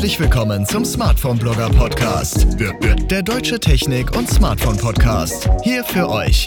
Herzlich willkommen zum Smartphone-Blogger Podcast. Der deutsche Technik- und Smartphone-Podcast. Hier für euch.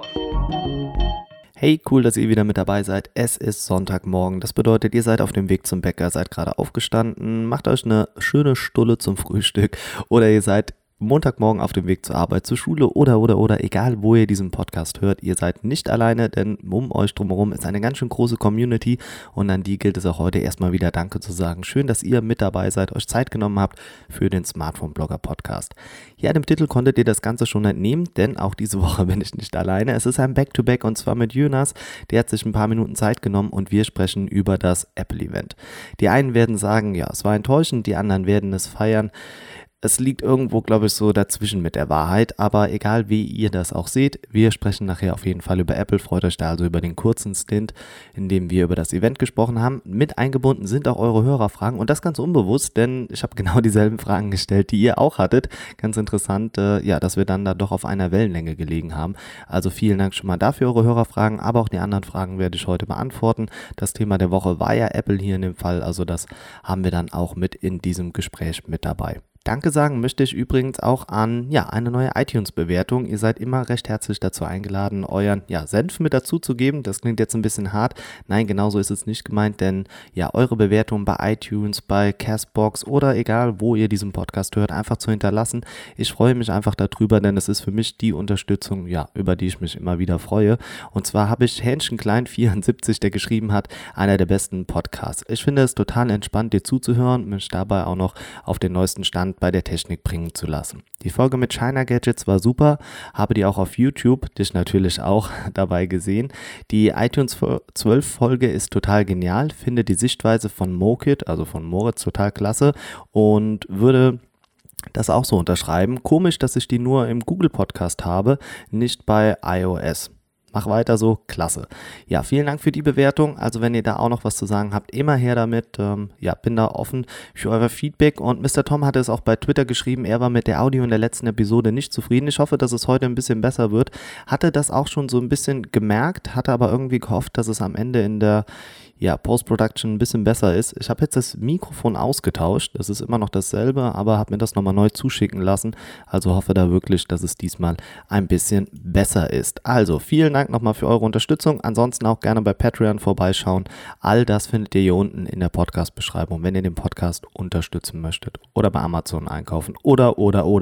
Hey, cool, dass ihr wieder mit dabei seid. Es ist Sonntagmorgen. Das bedeutet, ihr seid auf dem Weg zum Bäcker, seid gerade aufgestanden, macht euch eine schöne Stulle zum Frühstück oder ihr seid Montagmorgen auf dem Weg zur Arbeit, zur Schule oder, egal wo ihr diesen Podcast hört, ihr seid nicht alleine, denn um euch drumherum ist eine ganz schön große Community und an die gilt es auch heute erstmal wieder Danke zu sagen. Schön, dass ihr mit dabei seid, euch Zeit genommen habt für den Smartphone-Blogger Podcast. Ja, dem Titel konntet ihr das Ganze schon entnehmen, denn auch diese Woche bin ich nicht alleine. Es ist ein Back-to-Back und zwar mit Jonas, der hat sich ein paar Minuten Zeit genommen und wir sprechen über das Apple-Event. Die einen werden sagen, ja, es war enttäuschend, die anderen werden es feiern. Es liegt irgendwo, glaube ich, so dazwischen mit der Wahrheit, aber egal wie ihr das auch seht, wir sprechen nachher auf jeden Fall über Apple. Freut euch da also über den kurzen Stint, in dem wir über das Event gesprochen haben. Mit eingebunden sind auch eure Hörerfragen und das ganz unbewusst, denn ich habe genau dieselben Fragen gestellt, die ihr auch hattet. Ganz interessant, dass wir dann da doch auf einer Wellenlänge gelegen haben. Also vielen Dank schon mal dafür eure Hörerfragen, aber auch die anderen Fragen werde ich heute beantworten. Das Thema der Woche war ja Apple hier in dem Fall, also das haben wir dann auch mit in diesem Gespräch mit dabei. Danke sagen möchte ich übrigens auch an eine neue iTunes-Bewertung. Ihr seid immer recht herzlich dazu eingeladen, euren Senf mit dazu zu geben. Das klingt jetzt ein bisschen hart. Nein, genauso ist es nicht gemeint, denn eure Bewertung bei iTunes, bei Castbox oder egal, wo ihr diesen Podcast hört, einfach zu hinterlassen. Ich freue mich einfach darüber, denn es ist für mich die Unterstützung, über die ich mich immer wieder freue. Und zwar habe ich Hähnchenklein74, der geschrieben hat, einer der besten Podcasts. Ich finde es total entspannt, dir zuzuhören, mich dabei auch noch auf den neuesten Stand bei der Technik bringen zu lassen. Die Folge mit China Gadgets war super, habe die auch auf YouTube, dich natürlich auch dabei gesehen. Die iTunes 12 Folge ist total genial, finde die Sichtweise von MoKit, also von Moritz, total klasse und würde das auch so unterschreiben. Komisch, dass ich die nur im Google Podcast habe, nicht bei iOS. Mach weiter so, klasse. Ja, vielen Dank für die Bewertung. Also wenn ihr da auch noch was zu sagen habt, immer her damit. Bin da offen für euer Feedback. Und Mr. Tom hatte es auch bei Twitter geschrieben, er war mit der Audio in der letzten Episode nicht zufrieden. Ich hoffe, dass es heute ein bisschen besser wird. Hatte das auch schon so ein bisschen gemerkt, hatte aber irgendwie gehofft, dass es am Ende in der Post-Production ein bisschen besser ist. Ich habe jetzt das Mikrofon ausgetauscht. Das ist immer noch dasselbe, aber habe mir das nochmal neu zuschicken lassen. Also hoffe da wirklich, dass es diesmal ein bisschen besser ist. Also vielen Dank nochmal für eure Unterstützung. Ansonsten auch gerne bei Patreon vorbeischauen. All das findet ihr hier unten in der Podcast-Beschreibung, wenn ihr den Podcast unterstützen möchtet. Oder bei Amazon einkaufen. Oder.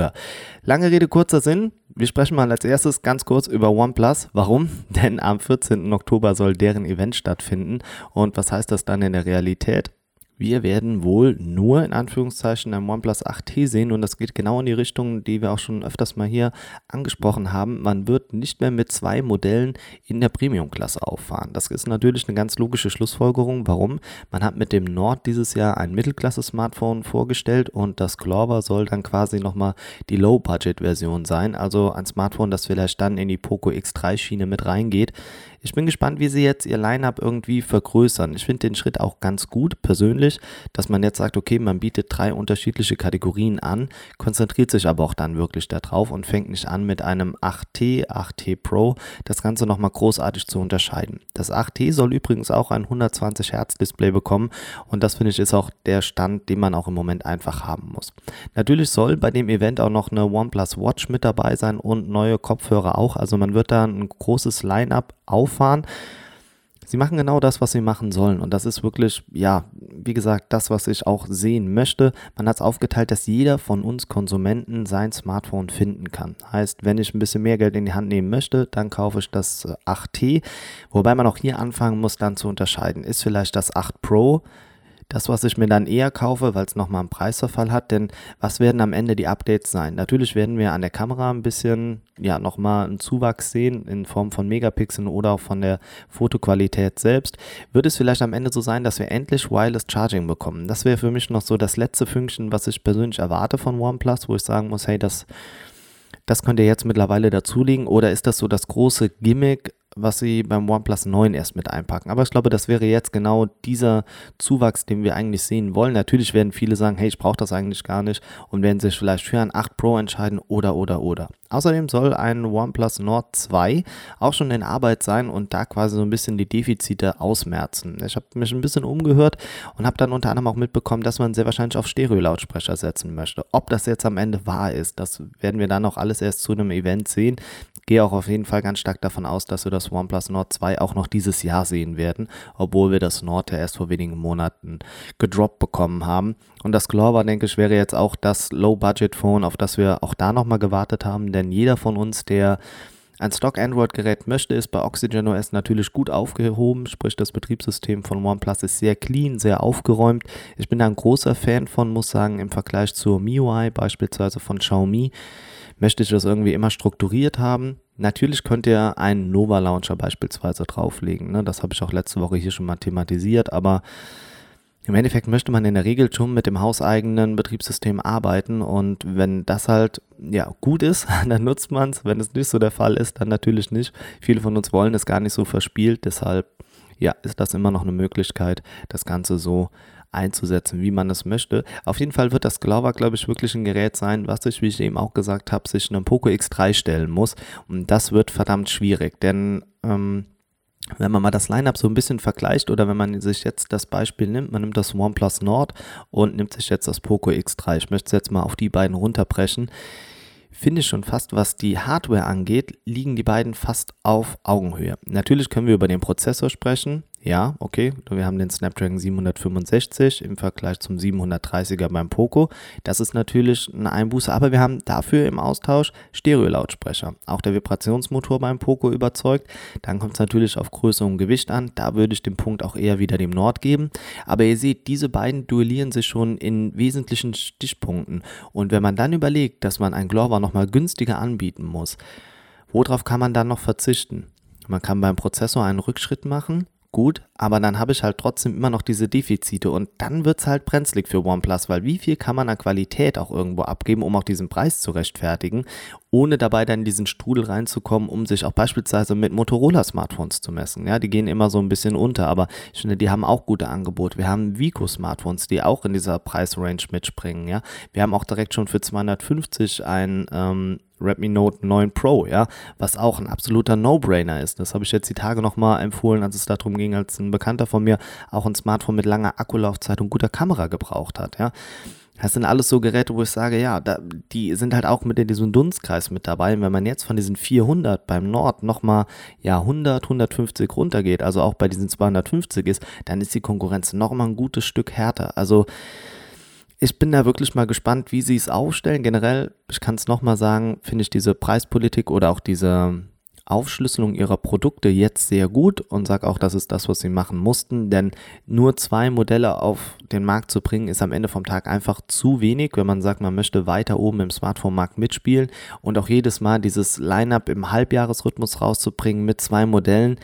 Lange Rede, kurzer Sinn. Wir sprechen mal als erstes ganz kurz über OnePlus. Warum? Denn am 14. Oktober soll deren Event stattfinden. Und was heißt das dann in der Realität? Wir werden wohl nur in Anführungszeichen ein OnePlus 8T sehen und das geht genau in die Richtung, die wir auch schon öfters mal hier angesprochen haben. Man wird nicht mehr mit 2 Modellen in der Premium-Klasse auffahren. Das ist natürlich eine ganz logische Schlussfolgerung. Warum? Man hat mit dem Nord dieses Jahr ein Mittelklasse-Smartphone vorgestellt und das Clover soll dann quasi nochmal die Low-Budget-Version sein. Also ein Smartphone, das vielleicht dann in die Poco X3-Schiene mit reingeht. Ich bin gespannt, wie sie jetzt ihr Line-Up irgendwie vergrößern. Ich finde den Schritt auch ganz gut, persönlich, dass man jetzt sagt, okay, man bietet 3 unterschiedliche Kategorien an, konzentriert sich aber auch dann wirklich darauf und fängt nicht an mit einem 8T, 8T Pro, das Ganze nochmal großartig zu unterscheiden. Das 8T soll übrigens auch ein 120 Hertz Display bekommen und das finde ich ist auch der Stand, den man auch im Moment einfach haben muss. Natürlich soll bei dem Event auch noch eine OnePlus Watch mit dabei sein und neue Kopfhörer auch, also man wird da ein großes Line-Up auffahren. Sie machen genau das, was sie machen sollen und das ist wirklich, wie gesagt, das, was ich auch sehen möchte. Man hat es aufgeteilt, dass jeder von uns Konsumenten sein Smartphone finden kann. Heißt, wenn ich ein bisschen mehr Geld in die Hand nehmen möchte, dann kaufe ich das 8T, wobei man auch hier anfangen muss, dann zu unterscheiden. Ist vielleicht das 8 Pro das, was ich mir dann eher kaufe, weil es nochmal einen Preisverfall hat, denn was werden am Ende die Updates sein? Natürlich werden wir an der Kamera ein bisschen, nochmal einen Zuwachs sehen in Form von Megapixeln oder auch von der Fotoqualität selbst. Wird es vielleicht am Ende so sein, dass wir endlich Wireless Charging bekommen? Das wäre für mich noch so das letzte Fünkchen, was ich persönlich erwarte von OnePlus, wo ich sagen muss, hey, das könnt ihr jetzt mittlerweile dazulegen oder ist das so das große Gimmick, was sie beim OnePlus 9 erst mit einpacken. Aber ich glaube, das wäre jetzt genau dieser Zuwachs, den wir eigentlich sehen wollen. Natürlich werden viele sagen, hey, ich brauche das eigentlich gar nicht und werden sich vielleicht für ein 8 Pro entscheiden oder. Außerdem soll ein OnePlus Nord 2 auch schon in Arbeit sein und da quasi so ein bisschen die Defizite ausmerzen. Ich habe mich ein bisschen umgehört und habe dann unter anderem auch mitbekommen, dass man sehr wahrscheinlich auf Stereo-Lautsprecher setzen möchte. Ob das jetzt am Ende wahr ist, das werden wir dann auch alles erst zu einem Event sehen. Gehe auch auf jeden Fall ganz stark davon aus, dass wir das OnePlus Nord 2 auch noch dieses Jahr sehen werden, obwohl wir das Nord ja erst vor wenigen Monaten gedroppt bekommen haben. Und das Clover, denke ich, wäre jetzt auch das Low-Budget-Phone, auf das wir auch da nochmal gewartet haben, denn jeder von uns, der ein Stock-Android-Gerät möchte, ist bei OxygenOS natürlich gut aufgehoben, sprich das Betriebssystem von OnePlus ist sehr clean, sehr aufgeräumt. Ich bin da ein großer Fan von, muss sagen, im Vergleich zur MIUI, beispielsweise von Xiaomi, möchte ich das irgendwie immer strukturiert haben. Natürlich könnt ihr einen Nova Launcher beispielsweise drauflegen, ne? Das habe ich auch letzte Woche hier schon mal thematisiert, aber im Endeffekt möchte man in der Regel schon mit dem hauseigenen Betriebssystem arbeiten und wenn das halt gut ist, dann nutzt man es. Wenn es nicht so der Fall ist, dann natürlich nicht. Viele von uns wollen es gar nicht so verspielt, deshalb ist das immer noch eine Möglichkeit, das Ganze so einzusetzen, wie man es möchte. Auf jeden Fall wird das Clover, glaube ich, wirklich ein Gerät sein, was sich, wie ich eben auch gesagt habe, sich einem Poco X3 stellen muss. Und das wird verdammt schwierig, denn wenn man mal das Line-Up so ein bisschen vergleicht oder wenn man sich jetzt das Beispiel nimmt, man nimmt das OnePlus Nord und nimmt sich jetzt das Poco X3. Ich möchte es jetzt mal auf die beiden runterbrechen. Finde ich schon fast, was die Hardware angeht, liegen die beiden fast auf Augenhöhe. Natürlich können wir über den Prozessor sprechen. Ja, okay, wir haben den Snapdragon 765 im Vergleich zum 730er beim Poco. Das ist natürlich ein Einbuße, aber wir haben dafür im Austausch Stereo-Lautsprecher. Auch der Vibrationsmotor beim Poco überzeugt. Dann kommt es natürlich auf Größe und Gewicht an. Da würde ich den Punkt auch eher wieder dem Nord geben. Aber ihr seht, diese beiden duellieren sich schon in wesentlichen Stichpunkten. Und wenn man dann überlegt, dass man ein Clover nochmal günstiger anbieten muss, worauf kann man dann noch verzichten? Man kann beim Prozessor einen Rückschritt machen. Gut, aber dann habe ich halt trotzdem immer noch diese Defizite und dann wird es halt brenzlig für OnePlus, weil wie viel kann man an Qualität auch irgendwo abgeben, um auch diesen Preis zu rechtfertigen, ohne dabei dann in diesen Strudel reinzukommen, um sich auch beispielsweise mit Motorola-Smartphones zu messen. Ja, die gehen immer so ein bisschen unter, aber ich finde, die haben auch gute Angebote. Wir haben Vico-Smartphones, die auch in dieser Preisrange mitspringen. Ja, wir haben auch direkt schon für 250 ein Redmi Note 9 Pro, ja, was auch ein absoluter No-Brainer ist. Das habe ich jetzt die Tage nochmal empfohlen, als es darum ging, als ein Bekannter von mir auch ein Smartphone mit langer Akkulaufzeit und guter Kamera gebraucht hat, ja. Das sind alles so Geräte, wo ich sage, die sind halt auch mit in diesem Dunstkreis mit dabei. Und wenn man jetzt von diesen 400 beim Nord nochmal 100, 150 runtergeht, also auch bei diesen 250 ist, dann ist die Konkurrenz nochmal ein gutes Stück härter. Also ich bin da wirklich mal gespannt, wie sie es aufstellen. Generell, ich kann es nochmal sagen, finde ich diese Preispolitik oder auch diese Aufschlüsselung ihrer Produkte jetzt sehr gut und sage auch, das ist das, was sie machen mussten, denn nur 2 Modelle auf den Markt zu bringen, ist am Ende vom Tag einfach zu wenig, wenn man sagt, man möchte weiter oben im Smartphone-Markt mitspielen und auch jedes Mal dieses Line-Up im Halbjahresrhythmus rauszubringen mit 2 Modellen.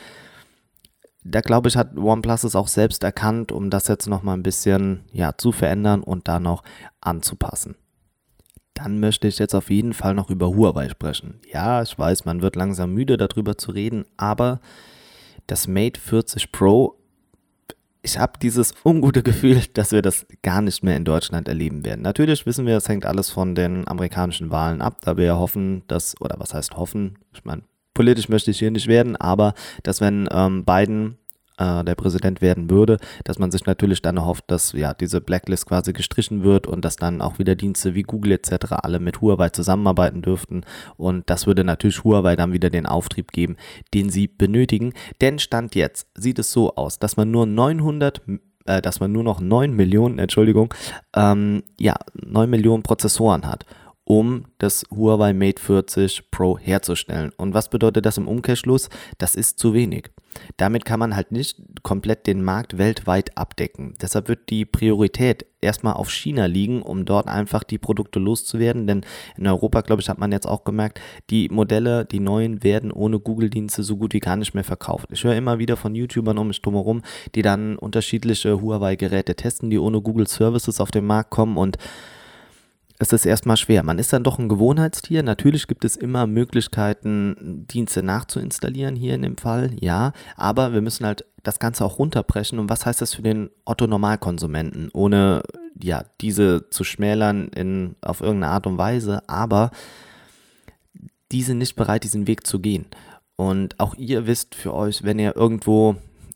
Da glaube ich, hat OnePlus es auch selbst erkannt, um das jetzt nochmal ein bisschen zu verändern und da noch anzupassen. Dann möchte ich jetzt auf jeden Fall noch über Huawei sprechen. Ja, ich weiß, man wird langsam müde darüber zu reden, aber das Mate 40 Pro, ich habe dieses ungute Gefühl, dass wir das gar nicht mehr in Deutschland erleben werden. Natürlich wissen wir, es hängt alles von den amerikanischen Wahlen ab, da wir ja hoffen, oder was heißt hoffen, ich meine, politisch möchte ich hier nicht werden, aber dass wenn Biden der Präsident werden würde, dass man sich natürlich dann erhofft, dass diese Blacklist quasi gestrichen wird und dass dann auch wieder Dienste wie Google etc. alle mit Huawei zusammenarbeiten dürften und das würde natürlich Huawei dann wieder den Auftrieb geben, den sie benötigen, denn Stand jetzt sieht es so aus, dass man nur noch 9 Millionen, 9 Millionen Prozessoren hat, um das Huawei Mate 40 Pro herzustellen. Und was bedeutet das im Umkehrschluss? Das ist zu wenig. Damit kann man halt nicht komplett den Markt weltweit abdecken. Deshalb wird die Priorität erstmal auf China liegen, um dort einfach die Produkte loszuwerden, denn in Europa, glaube ich, hat man jetzt auch gemerkt, die Modelle, die neuen, werden ohne Google-Dienste so gut wie gar nicht mehr verkauft. Ich höre immer wieder von YouTubern um mich drumherum, die dann unterschiedliche Huawei-Geräte testen, die ohne Google-Services auf den Markt kommen und es ist erstmal schwer. Man ist dann doch ein Gewohnheitstier. Natürlich gibt es immer Möglichkeiten, Dienste nachzuinstallieren hier in dem Fall, ja, aber wir müssen halt das Ganze auch runterbrechen. Und was heißt das für den Otto-Normalkonsumenten, ohne ja diese zu schmälern auf irgendeine Art und Weise, aber die sind nicht bereit, diesen Weg zu gehen. Und auch ihr wisst für euch, wenn ihr irgendwo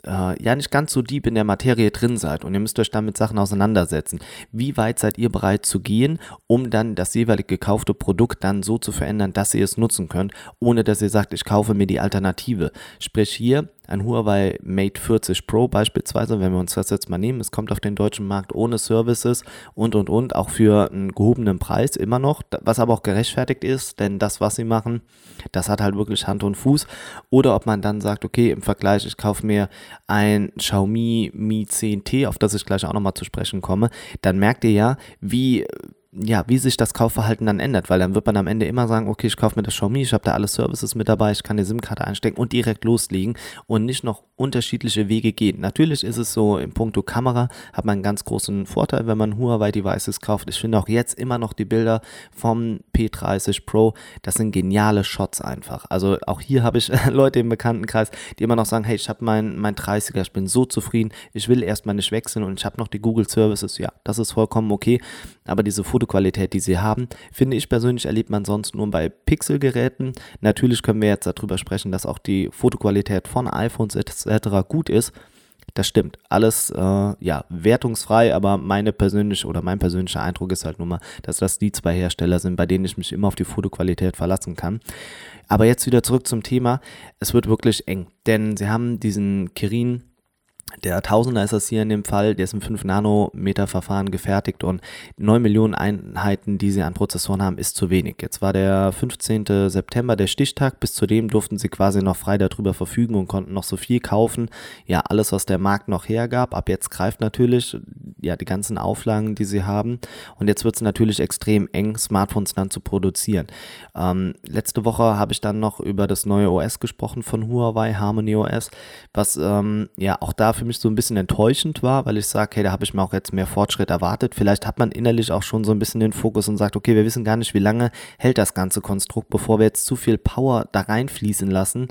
nicht ganz so deep in der Materie drin seid und ihr müsst euch dann mit Sachen auseinandersetzen. Wie weit seid ihr bereit zu gehen, um dann das jeweilig gekaufte Produkt dann so zu verändern, dass ihr es nutzen könnt, ohne dass ihr sagt, ich kaufe mir die Alternative. Sprich hier ein Huawei Mate 40 Pro beispielsweise, wenn wir uns das jetzt mal nehmen, es kommt auf den deutschen Markt ohne Services und, auch für einen gehobenen Preis immer noch, was aber auch gerechtfertigt ist, denn das, was sie machen, das hat halt wirklich Hand und Fuß. Oder ob man dann sagt, okay, im Vergleich, ich kaufe mir ein Xiaomi Mi 10T, auf das ich gleich auch nochmal zu sprechen komme, dann merkt ihr ja, wie sich das Kaufverhalten dann ändert, weil dann wird man am Ende immer sagen, okay, ich kaufe mir das Xiaomi, ich habe da alle Services mit dabei, ich kann die SIM-Karte einstecken und direkt loslegen und nicht noch unterschiedliche Wege gehen. Natürlich ist es so, in puncto Kamera hat man einen ganz großen Vorteil, wenn man Huawei-Devices kauft. Ich finde auch jetzt immer noch die Bilder vom P30 Pro, das sind geniale Shots einfach. Also auch hier habe ich Leute im Bekanntenkreis, die immer noch sagen, hey, ich habe mein 30er, ich bin so zufrieden, ich will erstmal nicht wechseln und ich habe noch die Google Services. Ja, das ist vollkommen okay, aber diese Fotoqualität, die sie haben, finde ich persönlich, erlebt man sonst nur bei Pixel-Geräten. Natürlich können wir jetzt darüber sprechen, dass auch die Fotoqualität von iPhones etc. gut ist. Das stimmt, alles wertungsfrei, aber mein persönlicher Eindruck ist halt nun mal, dass das die zwei Hersteller sind, bei denen ich mich immer auf die Fotoqualität verlassen kann. Aber jetzt wieder zurück zum Thema, es wird wirklich eng, denn sie haben diesen Kirin, der 1000er ist das hier in dem Fall, der ist im 5-Nanometer-Verfahren gefertigt und 9 Millionen Einheiten, die sie an Prozessoren haben, ist zu wenig. Jetzt war der 15. September der Stichtag, bis zu dem durften sie quasi noch frei darüber verfügen und konnten noch so viel kaufen. Ja, alles, was der Markt noch hergab. Ab jetzt greift natürlich die ganzen Auflagen, die sie haben. Und jetzt wird es natürlich extrem eng, Smartphones dann zu produzieren. Letzte Woche habe ich dann noch über das neue OS gesprochen von Huawei, Harmony OS, was auch da für mich so ein bisschen enttäuschend war, weil ich sage, hey, da habe ich mir auch jetzt mehr Fortschritt erwartet. Vielleicht hat man innerlich auch schon so ein bisschen den Fokus und sagt, okay, wir wissen gar nicht, wie lange hält das ganze Konstrukt, bevor wir jetzt zu viel Power da reinfließen lassen.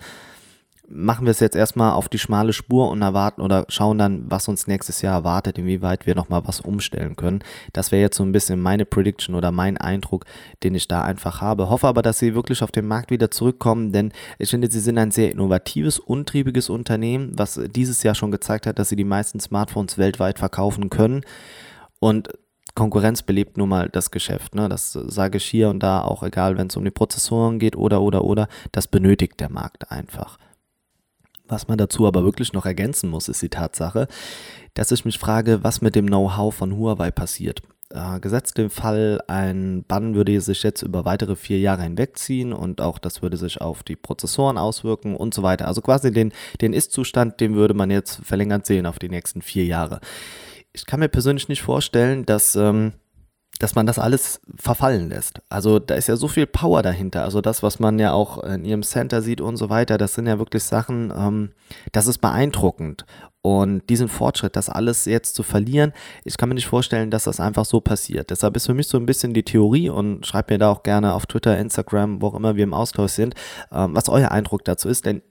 Machen wir es jetzt erstmal auf die schmale Spur und erwarten oder schauen dann, was uns nächstes Jahr erwartet, inwieweit wir nochmal was umstellen können. Das wäre jetzt so ein bisschen meine Prediction oder mein Eindruck, den ich da einfach habe. Hoffe aber, dass sie wirklich auf den Markt wieder zurückkommen, denn ich finde, sie sind ein sehr innovatives, untriebiges Unternehmen, was dieses Jahr schon gezeigt hat, dass sie die meisten Smartphones weltweit verkaufen können und Konkurrenz belebt nun mal das Geschäft, ne? Das sage ich hier und da auch, egal, wenn es um die Prozessoren geht oder, das benötigt der Markt einfach. Was man dazu aber wirklich noch ergänzen muss, ist die Tatsache, dass ich mich frage, was mit dem Know-how von Huawei passiert. Gesetzt im Fall, ein Bann würde sich jetzt über weitere 4 Jahre hinwegziehen und auch das würde sich auf die Prozessoren auswirken und so weiter. Also quasi den Ist-Zustand, den würde man jetzt verlängert sehen auf die nächsten 4 Jahre. Ich kann mir persönlich nicht vorstellen, dass man das alles verfallen lässt. Also da ist ja so viel Power dahinter. Also das, was man ja auch in ihrem Center sieht und so weiter, das sind ja wirklich Sachen, das ist beeindruckend. Und diesen Fortschritt, das alles jetzt zu verlieren, ich kann mir nicht vorstellen, dass das einfach so passiert. Deshalb ist für mich so ein bisschen die Theorie und schreibt mir da auch gerne auf Twitter, Instagram, wo auch immer wir im Austausch sind, was euer Eindruck dazu ist. Denn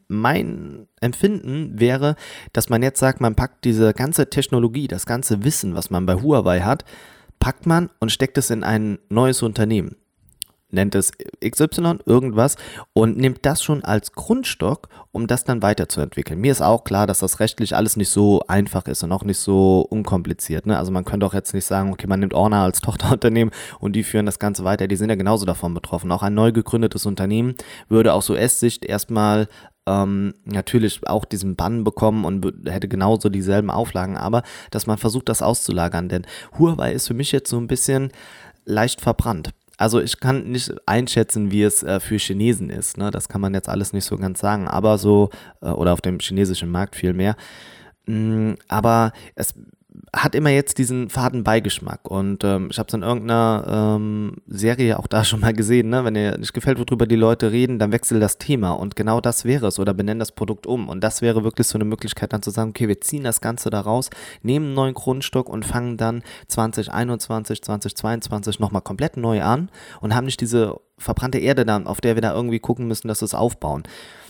mein Empfinden wäre, dass man jetzt sagt, man packt diese ganze Technologie, das ganze Wissen, was man bei Huawei hat, packt man und steckt es in ein neues Unternehmen, nennt es XY, irgendwas und nimmt das schon als Grundstock, um das dann weiterzuentwickeln. Mir ist auch klar, dass das rechtlich alles nicht so einfach ist und auch nicht so unkompliziert, ne? Also man könnte auch jetzt nicht sagen, okay, man nimmt Honor als Tochterunternehmen und die führen das Ganze weiter, die sind ja genauso davon betroffen. Auch ein neu gegründetes Unternehmen würde aus US-Sicht erstmal natürlich auch diesen Bann bekommen und hätte genauso dieselben Auflagen, aber dass man versucht, das auszulagern, denn Huawei ist für mich jetzt so ein bisschen leicht verbrannt. Also ich kann nicht einschätzen, wie es für Chinesen ist, ne? Das kann man jetzt alles nicht so ganz sagen, aber so, oder auf dem chinesischen Markt viel mehr, aber hat immer jetzt diesen faden Beigeschmack und ich habe es in irgendeiner Serie auch da schon mal gesehen, ne? Wenn dir nicht gefällt, worüber die Leute reden, dann wechsel das Thema und genau das wäre es oder benenn das Produkt um und das wäre wirklich so eine Möglichkeit dann zu sagen, okay, wir ziehen das Ganze da raus, nehmen einen neuen Grundstock und fangen dann 2021, 2022 nochmal komplett neu an und haben nicht diese verbrannte Erde dann, auf der wir da irgendwie gucken müssen, dass wir es aufbauen.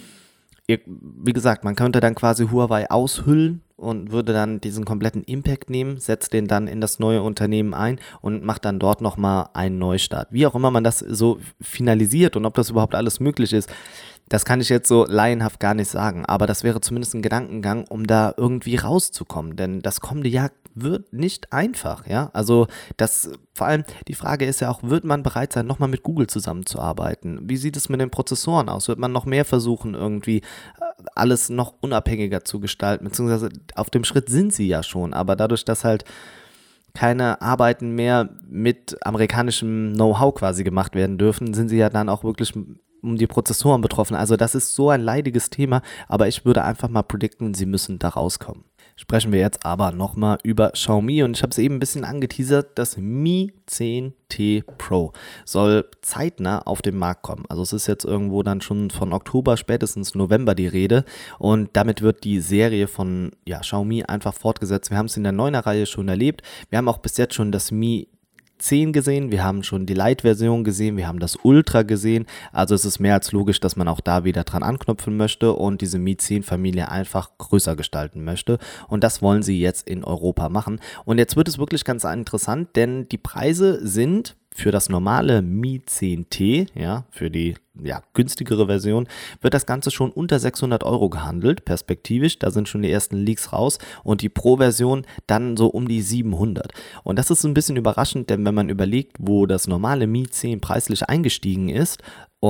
Wie gesagt, man könnte dann quasi Huawei aushüllen und würde dann diesen kompletten Impact nehmen, setzt den dann in das neue Unternehmen ein und macht dann dort nochmal einen Neustart. Wie auch immer man das so finalisiert und ob das überhaupt alles möglich ist, das kann ich jetzt so laienhaft gar nicht sagen, aber das wäre zumindest ein Gedankengang, um da irgendwie rauszukommen, denn das kommende Jahr wird nicht einfach, ja, also vor allem die Frage ist ja auch, wird man bereit sein, nochmal mit Google zusammenzuarbeiten? Wie sieht es mit den Prozessoren aus? Wird man noch mehr versuchen, irgendwie alles noch unabhängiger zu gestalten, beziehungsweise auf dem Schritt sind sie ja schon, aber dadurch, dass halt keine Arbeiten mehr mit amerikanischem Know-how quasi gemacht werden dürfen, sind sie ja dann auch wirklich um die Prozessoren betroffen. Also das ist so ein leidiges Thema, aber ich würde einfach mal predikten, sie müssen da rauskommen. Sprechen wir jetzt aber nochmal über Xiaomi und ich habe es eben ein bisschen angeteasert, das Mi 10T Pro soll zeitnah auf den Markt kommen. Also es ist jetzt irgendwo dann schon von Oktober, spätestens November die Rede und damit wird die Serie von Xiaomi einfach fortgesetzt. Wir haben es in der 9er-Reihe schon erlebt. Wir haben auch bis jetzt schon das Mi 10 gesehen, wir haben schon die Lite-Version gesehen, wir haben das Ultra gesehen, also es ist mehr als logisch, dass man auch da wieder dran anknüpfen möchte und diese Mi 10-Familie einfach größer gestalten möchte und das wollen sie jetzt in Europa machen und jetzt wird es wirklich ganz interessant, denn die Preise sind für das normale Mi 10T, für die günstigere Version, wird das Ganze schon unter 600 € gehandelt, perspektivisch, da sind schon die ersten Leaks raus und die Pro-Version dann so um die 700. Und das ist ein bisschen überraschend, denn wenn man überlegt, wo das normale Mi 10 preislich eingestiegen ist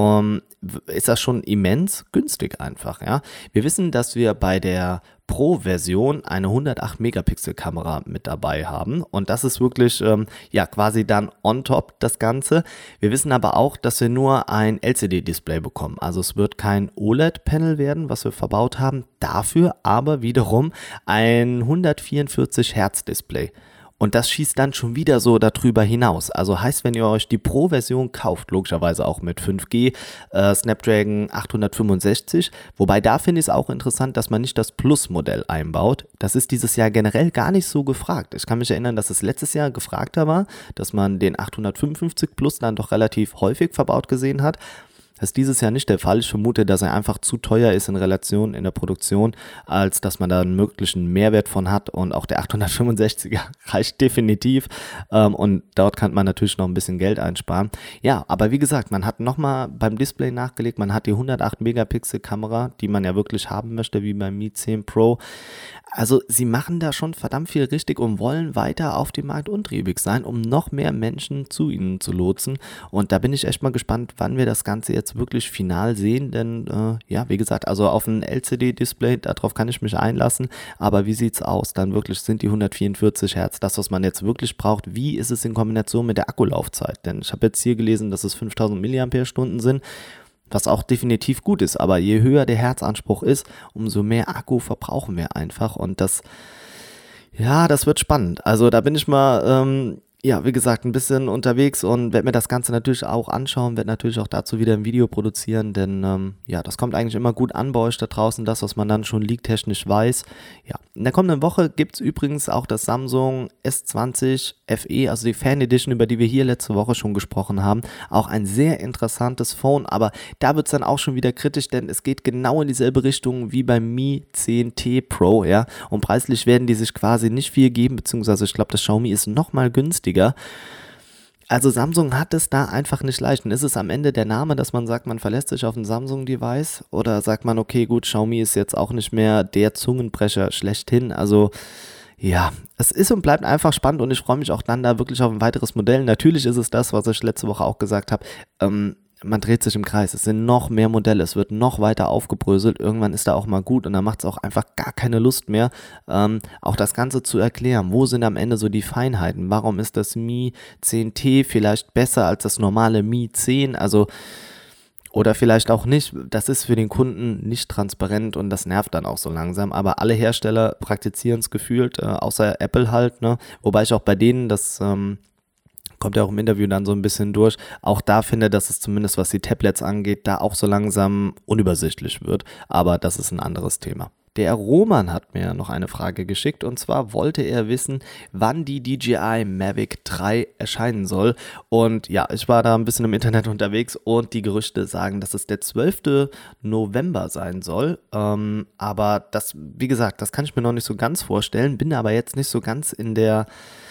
das schon immens günstig einfach, ja. Wir wissen, dass wir bei der Pro-Version eine 108-Megapixel-Kamera mit dabei haben und das ist wirklich quasi dann on top das Ganze. Wir wissen aber auch, dass wir nur ein LCD-Display bekommen, also es wird kein OLED-Panel werden, was wir verbaut haben, dafür aber wiederum ein 144-Hertz-Display. Und das schießt dann schon wieder so darüber hinaus. Also heißt, wenn ihr euch die Pro-Version kauft, logischerweise auch mit 5G, Snapdragon 865, wobei da finde ich es auch interessant, dass man nicht das Plus-Modell einbaut. Das ist dieses Jahr generell gar nicht so gefragt. Ich kann mich erinnern, dass es letztes Jahr gefragter war, dass man den 855 Plus dann doch relativ häufig verbaut gesehen hat. Das ist dieses Jahr nicht der Fall. Ich vermute, dass er einfach zu teuer ist in Relation in der Produktion, als dass man da einen möglichen Mehrwert von hat und auch der 865er reicht definitiv und dort kann man natürlich noch ein bisschen Geld einsparen. Ja, aber wie gesagt, man hat nochmal beim Display nachgelegt, man hat die 108 Megapixel Kamera, die man ja wirklich haben möchte, wie beim Mi 10 Pro. Also sie machen da schon verdammt viel richtig und wollen weiter auf dem Markt untriebig sein, um noch mehr Menschen zu ihnen zu lotsen und da bin ich echt mal gespannt, wann wir das Ganze jetzt wirklich final sehen, denn wie gesagt, also auf ein LCD-Display, darauf kann ich mich einlassen, aber wie sieht's aus? Dann wirklich sind die 144 Hertz das, was man jetzt wirklich braucht. Wie ist es in Kombination mit der Akkulaufzeit? Denn ich habe jetzt hier gelesen, dass es 5000 mAh sind, was auch definitiv gut ist, aber je höher der Herzanspruch ist, umso mehr Akku verbrauchen wir einfach und das wird spannend. Also da bin ich mal wie gesagt, ein bisschen unterwegs und werde mir das Ganze natürlich auch anschauen, werde natürlich auch dazu wieder ein Video produzieren, denn das kommt eigentlich immer gut an bei euch da draußen, das, was man dann schon leaktechnisch weiß. Ja, in der kommenden Woche gibt es übrigens auch das Samsung S20 FE, also die Fan Edition, über die wir hier letzte Woche schon gesprochen haben. Auch ein sehr interessantes Phone, aber da wird es dann auch schon wieder kritisch, denn es geht genau in dieselbe Richtung wie beim Mi 10T Pro, und preislich werden die sich quasi nicht viel geben, beziehungsweise ich glaube, das Xiaomi ist nochmal günstiger. Also Samsung hat es da einfach nicht leicht. Und ist es am Ende der Name, dass man sagt, man verlässt sich auf ein Samsung-Device? Oder sagt man, okay, gut, Xiaomi ist jetzt auch nicht mehr der Zungenbrecher schlechthin? Also es ist und bleibt einfach spannend und ich freue mich auch dann da wirklich auf ein weiteres Modell. Natürlich ist es das, was ich letzte Woche auch gesagt habe, man dreht sich im Kreis, es sind noch mehr Modelle, es wird noch weiter aufgebröselt, irgendwann ist da auch mal gut und dann macht es auch einfach gar keine Lust mehr, auch das Ganze zu erklären, wo sind am Ende so die Feinheiten, warum ist das Mi 10T vielleicht besser als das normale Mi 10, Oder vielleicht auch nicht. Das ist für den Kunden nicht transparent und das nervt dann auch so langsam. Aber alle Hersteller praktizieren es gefühlt, außer Apple halt, ne? Wobei ich auch bei denen, das kommt ja auch im Interview dann so ein bisschen durch, auch da finde, dass es zumindest was die Tablets angeht, da auch so langsam unübersichtlich wird. Aber das ist ein anderes Thema. Der Roman hat mir noch eine Frage geschickt und zwar wollte er wissen, wann die DJI Mavic 3 erscheinen soll. Und ja, ich war da ein bisschen im Internet unterwegs und die Gerüchte sagen, dass es der 12. November sein soll. Aber das, wie gesagt, das kann ich mir noch nicht so ganz vorstellen, bin aber jetzt nicht so ganz in der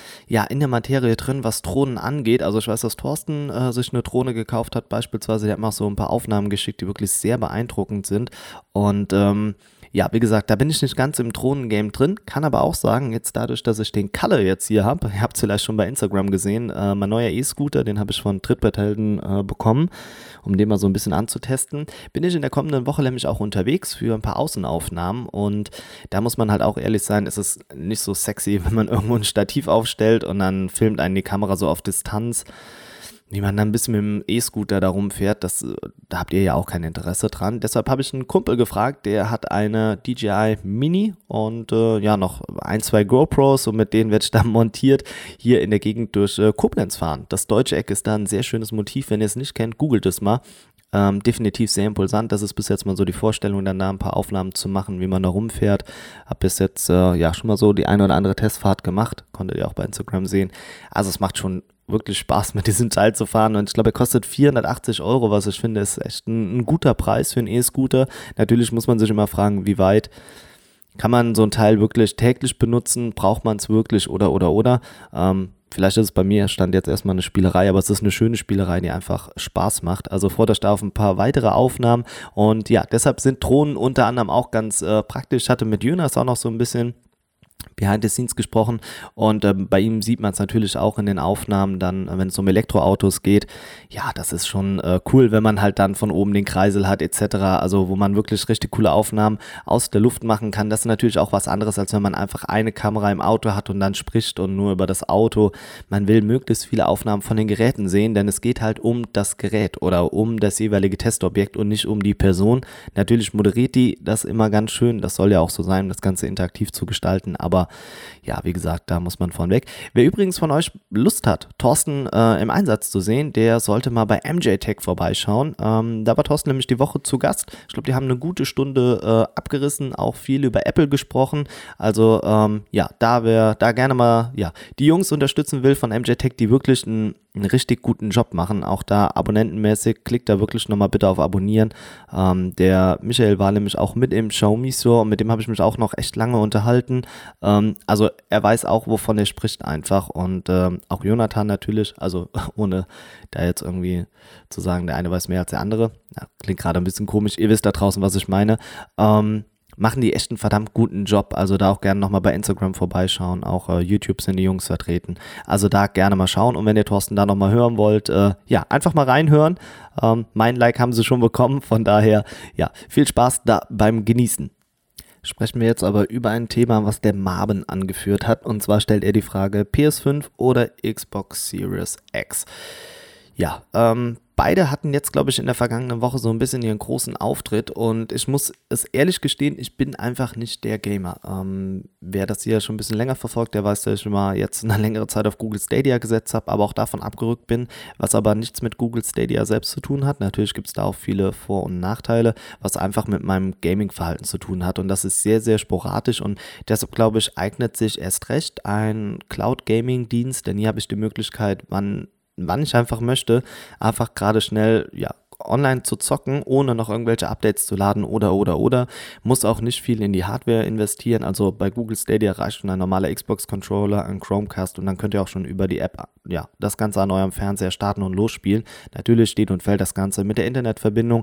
Materie drin, was Drohnen angeht. Also ich weiß, dass Thorsten sich eine Drohne gekauft hat beispielsweise. Der hat mir auch so ein paar Aufnahmen geschickt, die wirklich sehr beeindruckend sind. Und wie gesagt, da bin ich nicht ganz im Drohnengame drin, kann aber auch sagen, jetzt dadurch, dass ich den Kalle jetzt hier habe, ihr habt es vielleicht schon bei Instagram gesehen, mein neuer E-Scooter, den habe ich von Trittbretthelden bekommen, um den mal so ein bisschen anzutesten, bin ich in der kommenden Woche nämlich auch unterwegs für ein paar Außenaufnahmen und da muss man halt auch ehrlich sein, es ist nicht so sexy, wenn man irgendwo ein Stativ aufstellt und dann filmt einen die Kamera so auf Distanz. Wie man dann ein bisschen mit dem E-Scooter da rumfährt, da habt ihr ja auch kein Interesse dran. Deshalb habe ich einen Kumpel gefragt, der hat eine DJI Mini und noch 1-2 GoPros und mit denen werde ich dann montiert hier in der Gegend durch Koblenz fahren. Das deutsche Eck ist da ein sehr schönes Motiv, wenn ihr es nicht kennt, googelt es mal. Definitiv sehr impulsant, das ist bis jetzt mal so die Vorstellung, dann da ein paar Aufnahmen zu machen, wie man da rumfährt. Hab bis jetzt schon mal so die eine oder andere Testfahrt gemacht, konntet ihr auch bei Instagram sehen. Also es macht schon wirklich Spaß, mit diesem Teil zu fahren und ich glaube, er kostet 480 €, was ich finde, ist echt ein guter Preis für einen E-Scooter. Natürlich muss man sich immer fragen, wie weit kann man so ein Teil wirklich täglich benutzen, braucht man es wirklich oder. Vielleicht ist es bei mir, stand jetzt erstmal eine Spielerei, aber es ist eine schöne Spielerei, die einfach Spaß macht. Also freut euch da auf ein paar weitere Aufnahmen und ja, deshalb sind Drohnen unter anderem auch ganz praktisch. Ich hatte mit Jonas auch noch so ein bisschen Behind the Scenes gesprochen und bei ihm sieht man es natürlich auch in den Aufnahmen dann, wenn es um Elektroautos geht. Ja, das ist schon cool, wenn man halt dann von oben den Kreisel hat etc., also wo man wirklich richtig coole Aufnahmen aus der Luft machen kann. Das ist natürlich auch was anderes, als wenn man einfach eine Kamera im Auto hat und dann spricht und nur über das Auto. Man will möglichst viele Aufnahmen von den Geräten sehen, denn es geht halt um das Gerät oder um das jeweilige Testobjekt und nicht um die Person. Natürlich moderiert die das immer ganz schön, das soll ja auch so sein, das Ganze interaktiv zu gestalten, aber ja, wie gesagt, da muss man von weg. Wer übrigens von euch Lust hat, Thorsten im Einsatz zu sehen, der sollte mal bei MJ-Tech vorbeischauen. Da war Thorsten nämlich die Woche zu Gast. Ich glaube, die haben eine gute Stunde abgerissen, auch viel über Apple gesprochen. Also da wer da gerne mal die Jungs unterstützen will von MJ-Tech, die wirklich einen richtig guten Job machen, auch da abonnentenmäßig, klickt da wirklich nochmal bitte auf Abonnieren. Der Michael war nämlich auch mit im Xiaomi Store und mit dem habe ich mich auch noch echt lange unterhalten. Also er weiß auch, wovon er spricht einfach und auch Jonathan natürlich, also ohne da jetzt irgendwie zu sagen, der eine weiß mehr als der andere. Ja, klingt gerade ein bisschen komisch, ihr wisst da draußen, was ich meine. Machen die echt einen verdammt guten Job, also da auch gerne nochmal bei Instagram vorbeischauen, auch YouTube sind die Jungs vertreten, also da gerne mal schauen und wenn ihr Thorsten da nochmal hören wollt, einfach mal reinhören, mein Like haben sie schon bekommen, von daher, viel Spaß da beim Genießen. Sprechen wir jetzt aber über ein Thema, was der Marben angeführt hat und zwar stellt er die Frage PS5 oder Xbox Series X. Beide hatten jetzt, glaube ich, in der vergangenen Woche so ein bisschen ihren großen Auftritt und ich muss es ehrlich gestehen, ich bin einfach nicht der Gamer. Wer das hier schon ein bisschen länger verfolgt, der weiß, dass ich mal jetzt eine längere Zeit auf Google Stadia gesetzt habe, aber auch davon abgerückt bin, was aber nichts mit Google Stadia selbst zu tun hat. Natürlich gibt es da auch viele Vor- und Nachteile, was einfach mit meinem Gaming-Verhalten zu tun hat und das ist sehr, sehr sporadisch und deshalb, glaube ich, eignet sich erst recht ein Cloud-Gaming-Dienst, denn hier habe ich die Möglichkeit, wann ich einfach möchte, einfach gerade schnell, online zu zocken, ohne noch irgendwelche Updates zu laden oder. Muss auch nicht viel in die Hardware investieren, also bei Google Stadia reicht schon ein normaler Xbox-Controller, ein Chromecast und dann könnt ihr auch schon über die App, das Ganze an eurem Fernseher starten und losspielen. Natürlich steht und fällt das Ganze mit der Internetverbindung.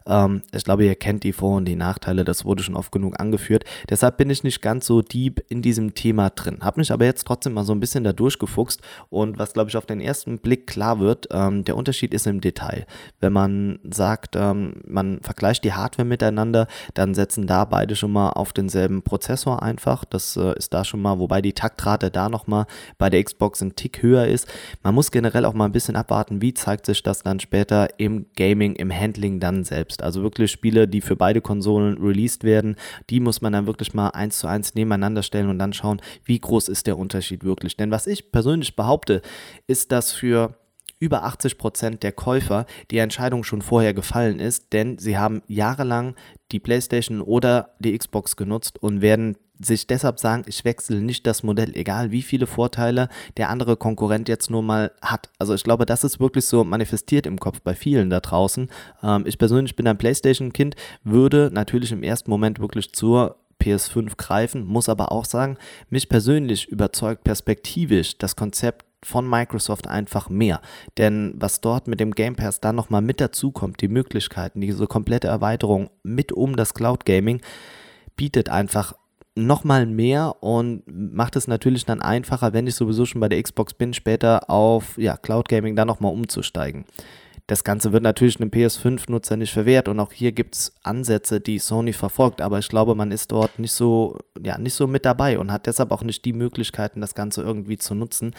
Ich glaube, ihr kennt die Vor- und die Nachteile, das wurde schon oft genug angeführt. Deshalb bin ich nicht ganz so deep in diesem Thema drin. Habe mich aber jetzt trotzdem mal so ein bisschen da durchgefuchst und was, glaube ich, auf den ersten Blick klar wird, der Unterschied ist im Detail. Wenn man sagt, man vergleicht die Hardware miteinander, dann setzen da beide schon mal auf denselben Prozessor einfach. Das ist da schon mal, wobei die Taktrate da nochmal bei der Xbox ein Tick höher ist. Man muss generell auch mal ein bisschen abwarten, wie zeigt sich das dann später im Gaming, im Handling dann selbst. Also wirklich Spiele, die für beide Konsolen released werden, die muss man dann wirklich mal 1:1 nebeneinander stellen und dann schauen, wie groß ist der Unterschied wirklich. Denn was ich persönlich behaupte, ist, dass für über 80% der Käufer die Entscheidung schon vorher gefallen ist, denn sie haben jahrelang die PlayStation oder die Xbox genutzt und werden sich deshalb sagen, ich wechsle nicht das Modell, egal wie viele Vorteile der andere Konkurrent jetzt nur mal hat. Also ich glaube, das ist wirklich so manifestiert im Kopf bei vielen da draußen. Ich persönlich bin ein PlayStation-Kind, würde natürlich im ersten Moment wirklich zur PS5 greifen, muss aber auch sagen, mich persönlich überzeugt perspektivisch das Konzept von Microsoft einfach mehr, denn was dort mit dem Game Pass dann nochmal mit dazu kommt, die Möglichkeiten, diese komplette Erweiterung mit um das Cloud Gaming, bietet einfach nochmal mehr und macht es natürlich dann einfacher, wenn ich sowieso schon bei der Xbox bin, später auf Cloud Gaming dann nochmal umzusteigen. Das Ganze wird natürlich einem PS5-Nutzer nicht verwehrt und auch hier gibt es Ansätze, die Sony verfolgt, aber ich glaube, man ist dort nicht so mit dabei und hat deshalb auch nicht die Möglichkeiten, das Ganze irgendwie zu nutzen.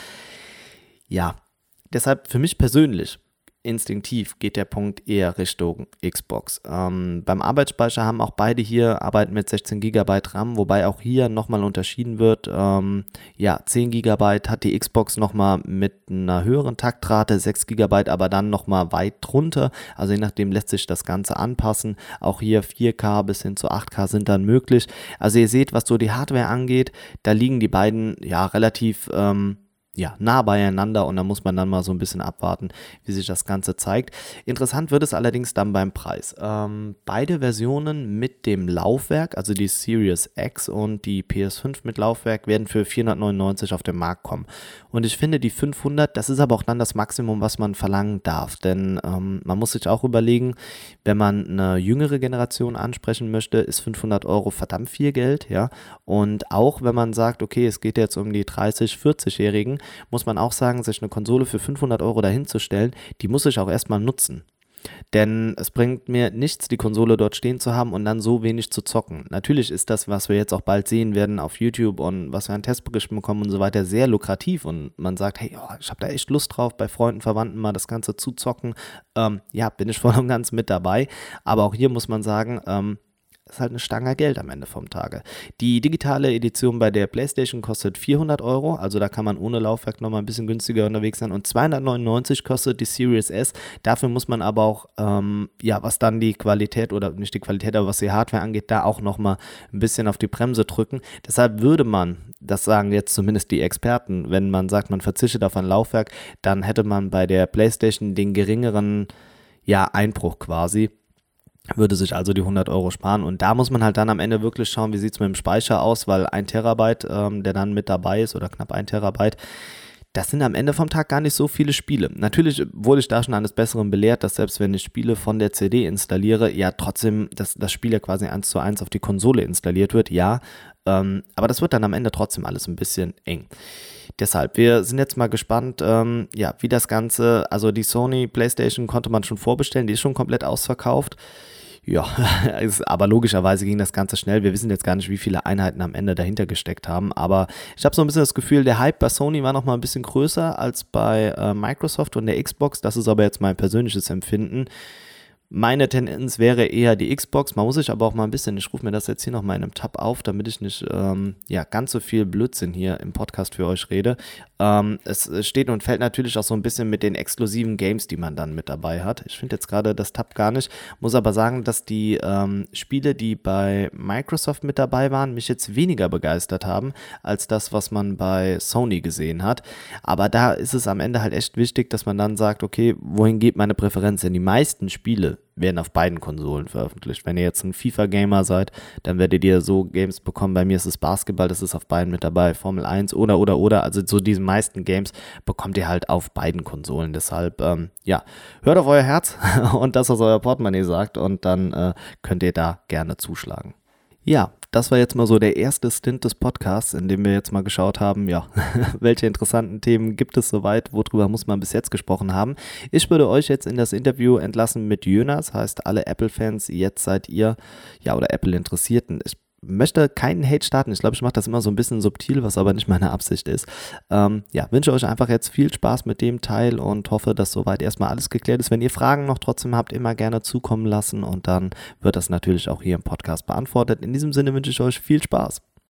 Ja, deshalb für mich persönlich, instinktiv geht der Punkt eher Richtung Xbox. Beim Arbeitsspeicher haben auch beide hier arbeiten mit 16 GB RAM, wobei auch hier nochmal unterschieden wird. 10 GB hat die Xbox nochmal mit einer höheren Taktrate, 6 GB aber dann nochmal weit drunter. Also je nachdem lässt sich das Ganze anpassen. Auch hier 4K bis hin zu 8K sind dann möglich. Also ihr seht, was so die Hardware angeht, da liegen die beiden relativ nah beieinander und da muss man dann mal so ein bisschen abwarten, wie sich das Ganze zeigt. Interessant wird es allerdings dann beim Preis. Beide Versionen mit dem Laufwerk, also die Series X und die PS5 mit Laufwerk, werden für 499 auf den Markt kommen. Und ich finde, die 500, das ist aber auch dann das Maximum, was man verlangen darf, denn man muss sich auch überlegen, wenn man eine jüngere Generation ansprechen möchte, ist 500 € verdammt viel Geld, ja. Und auch wenn man sagt, okay, es geht jetzt um die 30-, 40-Jährigen, muss man auch sagen, sich eine Konsole für 500 € dahinzustellen, die muss ich auch erstmal nutzen. Denn es bringt mir nichts, die Konsole dort stehen zu haben und dann so wenig zu zocken. Natürlich ist das, was wir jetzt auch bald sehen werden auf YouTube und was wir an Testberichten bekommen und so weiter, sehr lukrativ und man sagt, hey, ich habe da echt Lust drauf, bei Freunden, Verwandten mal das Ganze zu zocken. Bin ich voll und ganz mit dabei. Aber auch hier muss man sagen, ist halt eine Stange Geld am Ende vom Tage. Die digitale Edition bei der PlayStation kostet 400 €, also da kann man ohne Laufwerk nochmal ein bisschen günstiger unterwegs sein und 299 kostet die Series S. Dafür muss man aber auch, was dann die Qualität oder nicht die Qualität, aber was die Hardware angeht, da auch nochmal ein bisschen auf die Bremse drücken. Deshalb würde man, das sagen jetzt zumindest die Experten, wenn man sagt, man verzichtet auf ein Laufwerk, dann hätte man bei der PlayStation den geringeren Einbruch quasi. Würde sich also die 100 € sparen und da muss man halt dann am Ende wirklich schauen, wie sieht es mit dem Speicher aus, weil 1 Terabyte, der dann mit dabei ist oder knapp 1 Terabyte, das sind am Ende vom Tag gar nicht so viele Spiele. Natürlich wurde ich da schon eines Besseren belehrt, dass selbst wenn ich Spiele von der CD installiere, trotzdem das Spiel quasi 1:1 auf die Konsole installiert wird, aber das wird dann am Ende trotzdem alles ein bisschen eng. Deshalb, wir sind jetzt mal gespannt, wie das Ganze, also die Sony PlayStation konnte man schon vorbestellen, die ist schon komplett ausverkauft. Ja, aber logischerweise ging das Ganze schnell. Wir wissen jetzt gar nicht, wie viele Einheiten am Ende dahinter gesteckt haben, aber ich habe so ein bisschen das Gefühl, der Hype bei Sony war noch mal ein bisschen größer als bei Microsoft und der Xbox. Das ist aber jetzt mein persönliches Empfinden. Meine Tendenz wäre eher die Xbox, man muss sich aber auch mal ein bisschen, ich rufe mir das jetzt hier nochmal in einem Tab auf, damit ich nicht ganz so viel Blödsinn hier im Podcast für euch rede. Es steht und fällt natürlich auch so ein bisschen mit den exklusiven Games, die man dann mit dabei hat. Ich finde jetzt gerade das Tab gar nicht, muss aber sagen, dass die Spiele, die bei Microsoft mit dabei waren, mich jetzt weniger begeistert haben, als das, was man bei Sony gesehen hat. Aber da ist es am Ende halt echt wichtig, dass man dann sagt, okay, wohin geht meine Präferenz? Denn die meisten Spiele werden auf beiden Konsolen veröffentlicht. Wenn ihr jetzt ein FIFA-Gamer seid, dann werdet ihr so Games bekommen. Bei mir ist es Basketball, das ist auf beiden mit dabei, Formel 1 oder. Also so diese meisten Games bekommt ihr halt auf beiden Konsolen. Deshalb, hört auf euer Herz und das, was euer Portemonnaie sagt, und dann könnt ihr da gerne zuschlagen. Ja, das war jetzt mal so der erste Stint des Podcasts, in dem wir jetzt mal geschaut haben, welche interessanten Themen gibt es soweit, worüber muss man bis jetzt gesprochen haben. Ich würde euch jetzt in das Interview entlassen mit Jonas, heißt alle Apple-Fans, jetzt seid ihr, oder Apple-Interessierten. Ich möchte keinen Hate starten, ich glaube, ich mache das immer so ein bisschen subtil, was aber nicht meine Absicht ist. Wünsche euch einfach jetzt viel Spaß mit dem Teil und hoffe, dass soweit erstmal alles geklärt ist. Wenn ihr Fragen noch trotzdem habt, immer gerne zukommen lassen und dann wird das natürlich auch hier im Podcast beantwortet. In diesem Sinne wünsche ich euch viel Spaß.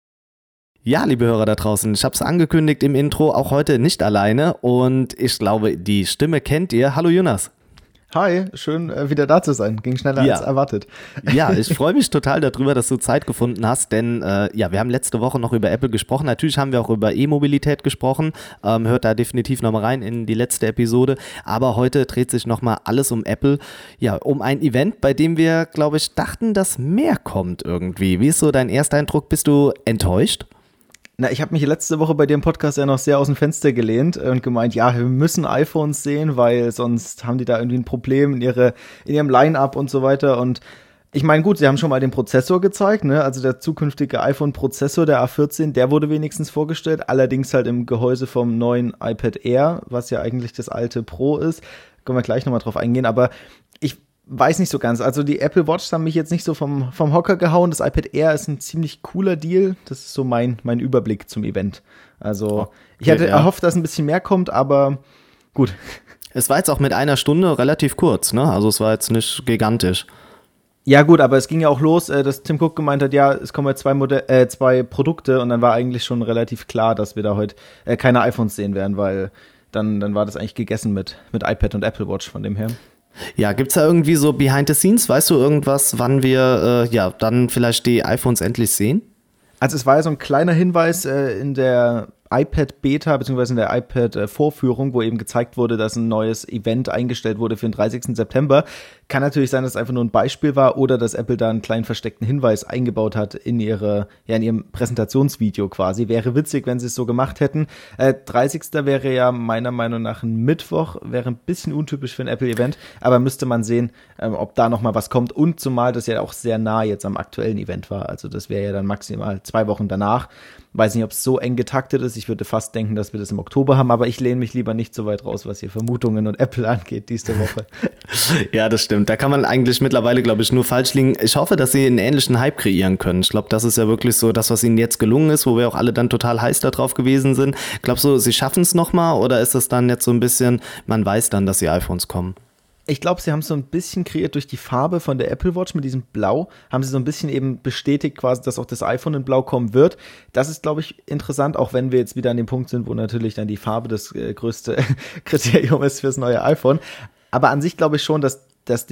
Ja, liebe Hörer da draußen, ich habe es angekündigt im Intro, auch heute nicht alleine und ich glaube, die Stimme kennt ihr. Hallo Jonas. Hi, schön wieder da zu sein. Ging schneller als erwartet. Ja, ich freue mich total darüber, dass du Zeit gefunden hast, denn wir haben letzte Woche noch über Apple gesprochen. Natürlich haben wir auch über E-Mobilität gesprochen. Hört da definitiv nochmal rein in die letzte Episode. Aber heute dreht sich nochmal alles um Apple. Ja, um ein Event, bei dem wir, glaube ich, dachten, dass mehr kommt irgendwie. Wie ist so dein Ersteindruck? Bist du enttäuscht? Na, ich habe mich letzte Woche bei dir im Podcast ja noch sehr aus dem Fenster gelehnt und gemeint, wir müssen iPhones sehen, weil sonst haben die da irgendwie ein Problem in ihrem Line-Up und so weiter. Und ich meine, gut, sie haben schon mal den Prozessor gezeigt, ne? Also der zukünftige iPhone-Prozessor, der A14, der wurde wenigstens vorgestellt, allerdings halt im Gehäuse vom neuen iPad Air, was ja eigentlich das alte Pro ist. Können wir gleich nochmal drauf eingehen, aber ich weiß nicht so ganz. Also die Apple Watch haben mich jetzt nicht so vom Hocker gehauen. Das iPad Air ist ein ziemlich cooler Deal. Das ist so mein Überblick zum Event. Also ich hätte erhofft, dass ein bisschen mehr kommt, aber gut. Es war jetzt auch mit einer Stunde relativ kurz, ne? Also es war jetzt nicht gigantisch. Ja gut, aber es ging ja auch los, dass Tim Cook gemeint hat, es kommen jetzt zwei Produkte und dann war eigentlich schon relativ klar, dass wir da heute keine iPhones sehen werden, weil dann war das eigentlich gegessen mit iPad und Apple Watch von dem her. Ja, gibt's da irgendwie so Behind the Scenes? Weißt du irgendwas, wann wir dann vielleicht die iPhones endlich sehen? Also es war ja so ein kleiner Hinweis in der iPad-Beta bzw. in der iPad-Vorführung, wo eben gezeigt wurde, dass ein neues Event eingestellt wurde für den 30. September. Kann natürlich sein, dass es einfach nur ein Beispiel war oder dass Apple da einen kleinen versteckten Hinweis eingebaut hat in ihrem Präsentationsvideo quasi. Wäre witzig, wenn sie es so gemacht hätten. 30. wäre ja meiner Meinung nach ein Mittwoch, wäre ein bisschen untypisch für ein Apple-Event, aber müsste man sehen, ob da nochmal was kommt und zumal das ja auch sehr nah jetzt am aktuellen Event war. Also das wäre ja dann maximal 2 Wochen danach. Weiß nicht, ob es so eng getaktet ist. Ich würde fast denken, dass wir das im Oktober haben, aber ich lehne mich lieber nicht so weit raus, was hier Vermutungen und Apple angeht diese Woche. Ja, das stimmt. Da kann man eigentlich mittlerweile, glaube ich, nur falsch liegen. Ich hoffe, dass sie einen ähnlichen Hype kreieren können. Ich glaube, das ist ja wirklich so das, was ihnen jetzt gelungen ist, wo wir auch alle dann total heiß darauf gewesen sind. Glaubst du, sie schaffen es nochmal oder ist es dann jetzt so ein bisschen, man weiß dann, dass die iPhones kommen? Ich glaube, sie haben es so ein bisschen kreiert durch die Farbe von der Apple Watch mit diesem Blau, haben sie so ein bisschen eben bestätigt quasi, dass auch das iPhone in Blau kommen wird. Das ist, glaube ich, interessant, auch wenn wir jetzt wieder an dem Punkt sind, wo natürlich dann die Farbe das größte Kriterium ist fürs neue iPhone. Aber an sich glaube ich schon, dass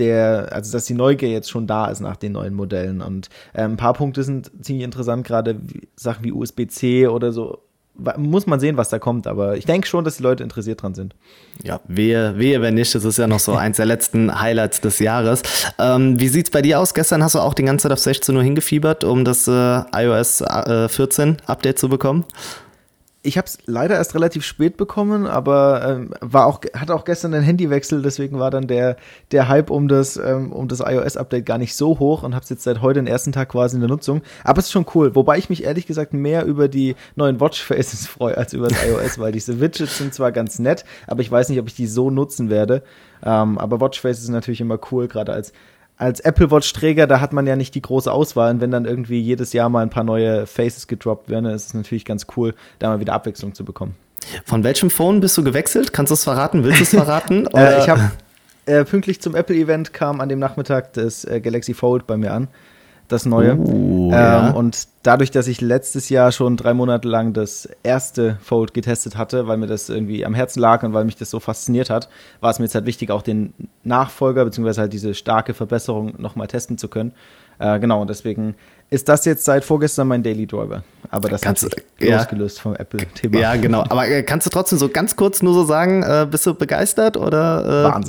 die Neugier jetzt schon da ist nach den neuen Modellen. Und ein paar Punkte sind ziemlich interessant, gerade Sachen wie USB-C oder so. Muss man sehen, was da kommt, aber ich denke schon, dass die Leute interessiert dran sind. Ja, wehe, wenn nicht. Das ist ja noch so eins der letzten Highlights des Jahres. Wie sieht's bei dir aus? Gestern hast du auch die ganze Zeit auf 16 Uhr hingefiebert, um das iOS 14 Update zu bekommen? Ich habe es leider erst relativ spät bekommen, aber hatte auch gestern einen Handywechsel, deswegen war dann der Hype um das iOS-Update gar nicht so hoch und habe es jetzt seit heute den ersten Tag quasi in der Nutzung. Aber es ist schon cool, wobei ich mich ehrlich gesagt mehr über die neuen Watch-Faces freue als über das iOS, weil diese Widgets sind zwar ganz nett, aber ich weiß nicht, ob ich die so nutzen werde. Aber Watch-Faces sind natürlich immer cool, gerade als Apple Watch-Träger, da hat man ja nicht die große Auswahl. Und wenn dann irgendwie jedes Jahr mal ein paar neue Faces gedroppt werden, dann ist es natürlich ganz cool, da mal wieder Abwechslung zu bekommen. Von welchem Phone bist du gewechselt? Kannst du es verraten? Willst du es verraten? Ich habe pünktlich zum Apple-Event kam an dem Nachmittag das Galaxy Fold bei mir an, das neue. Und dadurch, dass ich letztes Jahr schon 3 Monate lang das erste Fold getestet hatte, weil mir das irgendwie am Herzen lag und weil mich das so fasziniert hat, war es mir jetzt halt wichtig, auch den Nachfolger beziehungsweise halt diese starke Verbesserung nochmal testen zu können. Und deswegen ist das jetzt seit vorgestern mein Daily Driver. Aber das hat sich losgelöst vom Apple-Thema. Ja, genau. Aber kannst du trotzdem so ganz kurz nur so sagen, bist du begeistert oder? Wahnsinn.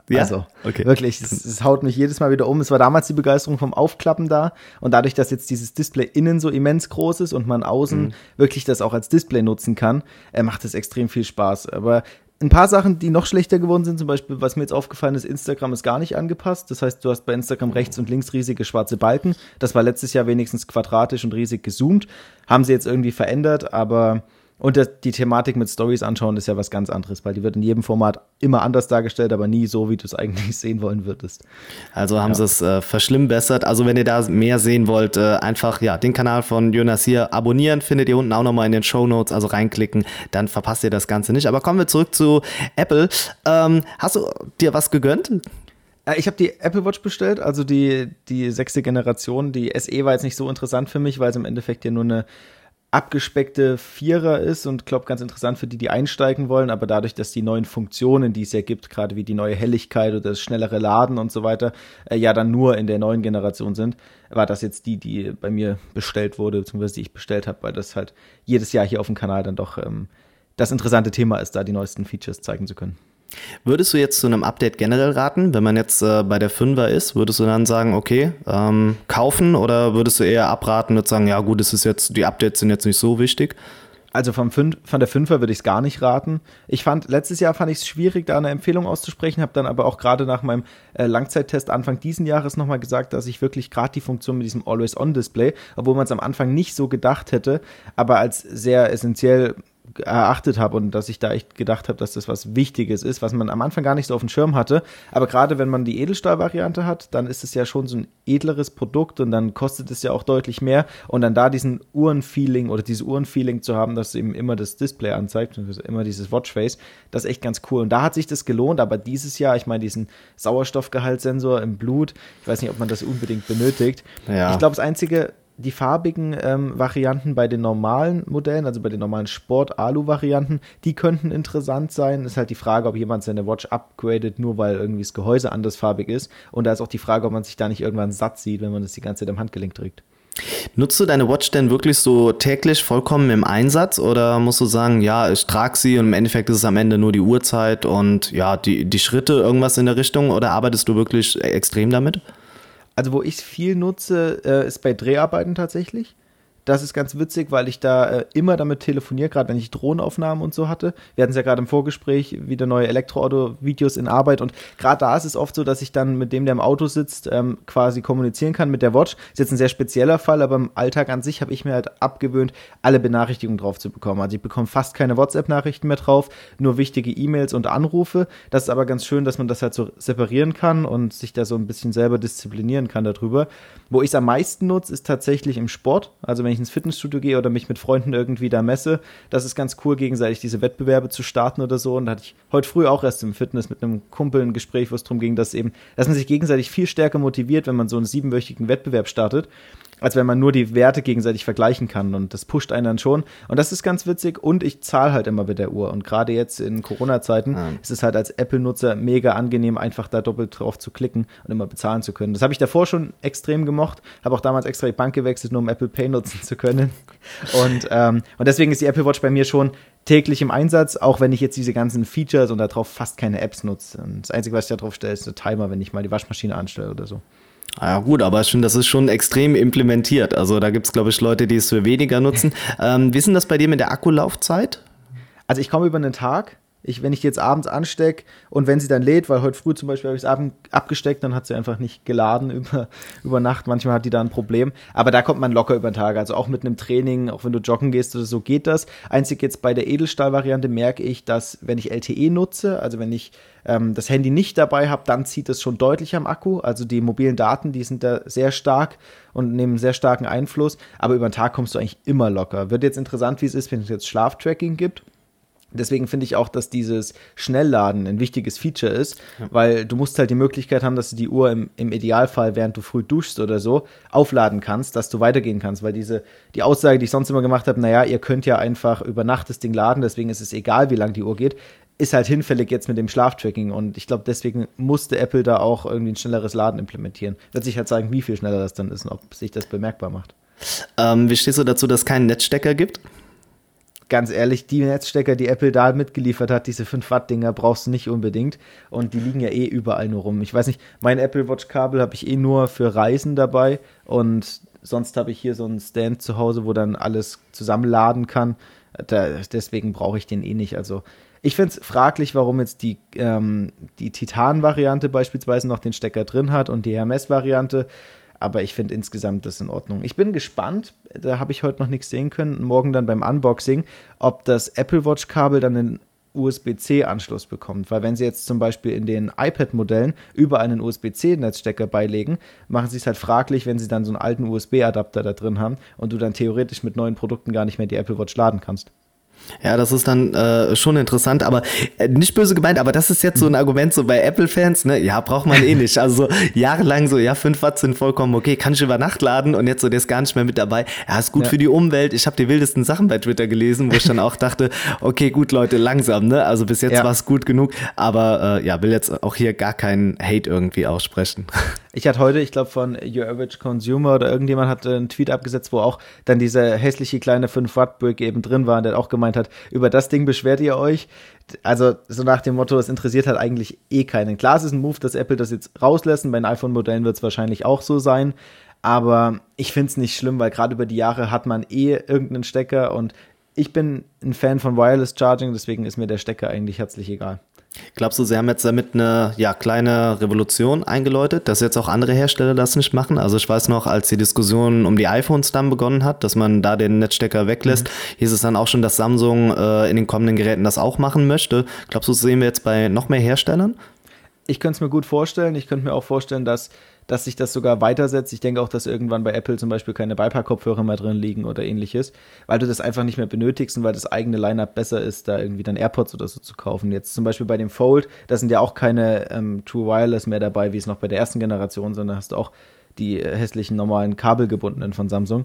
Ja? Also wirklich, es haut mich jedes Mal wieder um. Es war damals die Begeisterung vom Aufklappen da und dadurch, dass jetzt dieses Display innen so immens groß ist und man außen wirklich das auch als Display nutzen kann, macht es extrem viel Spaß. Aber ein paar Sachen, die noch schlechter geworden sind, zum Beispiel, was mir jetzt aufgefallen ist, Instagram ist gar nicht angepasst. Das heißt, du hast bei Instagram rechts und links riesige schwarze Balken. Das war letztes Jahr wenigstens quadratisch und riesig gezoomt. Haben sie jetzt irgendwie verändert, aber und die Thematik mit Stories anschauen ist ja was ganz anderes, weil die wird in jedem Format immer anders dargestellt, aber nie so, wie du es eigentlich sehen wollen würdest. Also haben sie es verschlimmbessert. Also wenn ihr da mehr sehen wollt, einfach den Kanal von Jonas hier abonnieren, findet ihr unten auch nochmal in den Shownotes, also reinklicken, dann verpasst ihr das Ganze nicht. Aber kommen wir zurück zu Apple. Hast du dir was gegönnt? Ich habe die Apple Watch bestellt, also die 6. Generation. Die SE war jetzt nicht so interessant für mich, weil es im Endeffekt ja nur eine abgespeckte Vierer ist und glaube ganz interessant für die einsteigen wollen, aber dadurch, dass die neuen Funktionen, die es ja gibt, gerade wie die neue Helligkeit oder das schnellere Laden und so weiter, dann nur in der neuen Generation sind, war das jetzt die bei mir bestellt wurde, beziehungsweise die ich bestellt habe, weil das halt jedes Jahr hier auf dem Kanal dann doch das interessante Thema ist, da die neuesten Features zeigen zu können. Würdest du jetzt zu einem Update generell raten, wenn man jetzt bei der 5er ist, würdest du dann sagen, okay, kaufen oder würdest du eher abraten und sagen, ja gut, die Updates sind jetzt nicht so wichtig? Also von der 5er würde ich es gar nicht raten. Letztes Jahr fand ich es schwierig, da eine Empfehlung auszusprechen, habe dann aber auch gerade nach meinem Langzeittest Anfang diesen Jahres nochmal gesagt, dass ich wirklich gerade die Funktion mit diesem Always-On-Display, obwohl man es am Anfang nicht so gedacht hätte, aber als sehr essentiell erachtet habe und dass ich da echt gedacht habe, dass das was Wichtiges ist, was man am Anfang gar nicht so auf dem Schirm hatte. Aber gerade wenn man die Edelstahl-Variante hat, dann ist es ja schon so ein edleres Produkt und dann kostet es ja auch deutlich mehr. Und dann da diesen Uhrenfeeling oder dieses Uhrenfeeling zu haben, dass eben immer das Display anzeigt, immer dieses Watchface, das ist echt ganz cool. Und da hat sich das gelohnt, aber dieses Jahr, ich meine, diesen Sauerstoffgehaltssensor im Blut, ich weiß nicht, ob man das unbedingt benötigt. Ja. Ich glaube, das Einzige, die farbigen Varianten bei den normalen Modellen, also bei den normalen Sport-Alu-Varianten, die könnten interessant sein. Ist halt die Frage, ob jemand seine Watch upgradet, nur weil irgendwie das Gehäuse andersfarbig ist. Und da ist auch die Frage, ob man sich da nicht irgendwann satt sieht, wenn man das die ganze Zeit am Handgelenk trägt. Nutzt du deine Watch denn wirklich so täglich vollkommen im Einsatz oder musst du sagen, ja, ich trage sie und im Endeffekt ist es am Ende nur die Uhrzeit und ja, die Schritte, irgendwas in der Richtung oder arbeitest du wirklich extrem damit? Also wo ich es viel nutze, ist bei Dreharbeiten tatsächlich. Das ist ganz witzig, weil ich da immer damit telefoniere, gerade wenn ich Drohnenaufnahmen und so hatte. Wir hatten es ja gerade im Vorgespräch, wieder neue Elektroauto-Videos in Arbeit und gerade da ist es oft so, dass ich dann mit dem, der im Auto sitzt, quasi kommunizieren kann mit der Watch. Ist jetzt ein sehr spezieller Fall, aber im Alltag an sich habe ich mir halt abgewöhnt, alle Benachrichtigungen drauf zu bekommen. Also ich bekomme fast keine WhatsApp-Nachrichten mehr drauf, nur wichtige E-Mails und Anrufe. Das ist aber ganz schön, dass man das halt so separieren kann und sich da so ein bisschen selber disziplinieren kann darüber. Wo ich es am meisten nutze, ist tatsächlich im Sport. Also wenn ich ins Fitnessstudio gehe oder mich mit Freunden irgendwie da messe, das ist ganz cool, gegenseitig diese Wettbewerbe zu starten oder so. Und da hatte ich heute früh auch erst im Fitness mit einem Kumpel ein Gespräch, wo es darum ging, dass man sich gegenseitig viel stärker motiviert, wenn man so einen 7-wöchigen Wettbewerb startet, als wenn man nur die Werte gegenseitig vergleichen kann. Und das pusht einen dann schon. Und das ist ganz witzig. Und ich zahle halt immer mit der Uhr. Und gerade jetzt in Corona-Zeiten ist es halt als Apple-Nutzer mega angenehm, einfach da doppelt drauf zu klicken und immer bezahlen zu können. Das habe ich davor schon extrem gemocht. Habe auch damals extra die Bank gewechselt, nur um Apple Pay nutzen zu können. Und deswegen ist die Apple Watch bei mir schon täglich im Einsatz, auch wenn ich jetzt diese ganzen Features und darauf fast keine Apps nutze. Und das Einzige, was ich da drauf stelle, ist der Timer, wenn ich mal die Waschmaschine anstelle oder so. Ja gut, aber ich finde, das ist schon extrem implementiert. Also da gibt es, glaube ich, Leute, die es für weniger nutzen. Wie ist denn das bei dir mit der Akkulaufzeit? Also ich komme über einen Tag. Wenn ich die jetzt abends anstecke und wenn sie dann lädt, weil heute früh zum Beispiel habe ich es abgesteckt, dann hat sie einfach nicht geladen über Nacht. Manchmal hat die da ein Problem. Aber da kommt man locker über den Tag. Also auch mit einem Training, auch wenn du joggen gehst oder so, geht das. Einzig jetzt bei der Edelstahl-Variante merke ich, dass wenn ich LTE nutze, also wenn ich das Handy nicht dabei habe, dann zieht es schon deutlich am Akku. Also die mobilen Daten, die sind da sehr stark und nehmen sehr starken Einfluss. Aber über den Tag kommst du eigentlich immer locker. Wird jetzt interessant, wie es ist, wenn es jetzt Schlaftracking gibt. Deswegen finde ich auch, dass dieses Schnellladen ein wichtiges Feature ist, weil du musst halt die Möglichkeit haben, dass du die Uhr im Idealfall, während du früh duschst oder so, aufladen kannst, dass du weitergehen kannst, weil die Aussage, die ich sonst immer gemacht habe, naja, ihr könnt ja einfach über Nacht das Ding laden, deswegen ist es egal, wie lang die Uhr geht, ist halt hinfällig jetzt mit dem Schlaftracking und ich glaube, deswegen musste Apple da auch irgendwie ein schnelleres Laden implementieren. Wird sich halt zeigen, wie viel schneller das dann ist und ob sich das bemerkbar macht. Wie stehst du dazu, dass es keinen Netzstecker gibt? ganz ehrlich, die Netzstecker, die Apple da mitgeliefert hat, diese 5-Watt-Dinger brauchst du nicht unbedingt. Und die liegen ja überall nur rum. Ich weiß nicht, mein Apple Watch-Kabel habe ich nur für Reisen dabei. Und sonst habe ich hier so einen Stand zu Hause, wo dann alles zusammenladen kann. Deswegen brauche ich den nicht. Also ich finde es fraglich, warum jetzt die Titan-Variante beispielsweise noch den Stecker drin hat und die Hermes-Variante. Aber ich finde insgesamt das in Ordnung. Ich bin gespannt, da habe ich heute noch nichts sehen können, morgen dann beim Unboxing, ob das Apple Watch-Kabel dann einen USB-C-Anschluss bekommt. Weil wenn sie jetzt zum Beispiel in den iPad-Modellen überall einen USB-C-Netzstecker beilegen, machen sie es halt fraglich, wenn sie dann so einen alten USB-Adapter da drin haben und du dann theoretisch mit neuen Produkten gar nicht mehr die Apple Watch laden kannst. Ja, das ist dann schon interessant, aber nicht böse gemeint, aber das ist jetzt so ein Argument so bei Apple-Fans, ne, ja, braucht man nicht. Also jahrelang so, ja, 5 Watt sind vollkommen okay, kann ich über Nacht laden und jetzt so, der ist gar nicht mehr mit dabei. Ja, ist gut für die Umwelt. Ich habe die wildesten Sachen bei Twitter gelesen, wo ich dann auch dachte, okay, gut, Leute, langsam, ne, also bis jetzt war es gut genug, aber will jetzt auch hier gar keinen Hate irgendwie aussprechen. Ich hatte heute, ich glaube von Your Average Consumer oder irgendjemand hat einen Tweet abgesetzt, wo auch dann diese hässliche kleine 5-Watt-Brick eben drin war und der auch gemeint hat, über das Ding beschwert ihr euch. Also so nach dem Motto, es interessiert halt eigentlich keinen. Klar, es ist ein Move, dass Apple das jetzt rauslässt und bei den iPhone-Modellen wird es wahrscheinlich auch so sein. Aber ich finde es nicht schlimm, weil gerade über die Jahre hat man irgendeinen Stecker und ich bin ein Fan von Wireless Charging, deswegen ist mir der Stecker eigentlich herzlich egal. Glaubst du, sie haben jetzt damit eine kleine Revolution eingeläutet, dass jetzt auch andere Hersteller das nicht machen? Also ich weiß noch, als die Diskussion um die iPhones dann begonnen hat, dass man da den Netzstecker weglässt, hieß es dann auch schon, dass Samsung in den kommenden Geräten das auch machen möchte. Glaubst du, das sehen wir jetzt bei noch mehr Herstellern? Ich könnte es mir gut vorstellen. Ich könnte mir auch vorstellen, dass sich das sogar weitersetzt. Ich denke auch, dass irgendwann bei Apple zum Beispiel keine Beipack-Kopfhörer mehr drin liegen oder ähnliches, weil du das einfach nicht mehr benötigst und weil das eigene Line-Up besser ist, da irgendwie dann AirPods oder so zu kaufen. Jetzt zum Beispiel bei dem Fold, da sind ja auch keine True Wireless mehr dabei, wie es noch bei der ersten Generation, sondern hast du auch die hässlichen normalen kabelgebundenen von Samsung.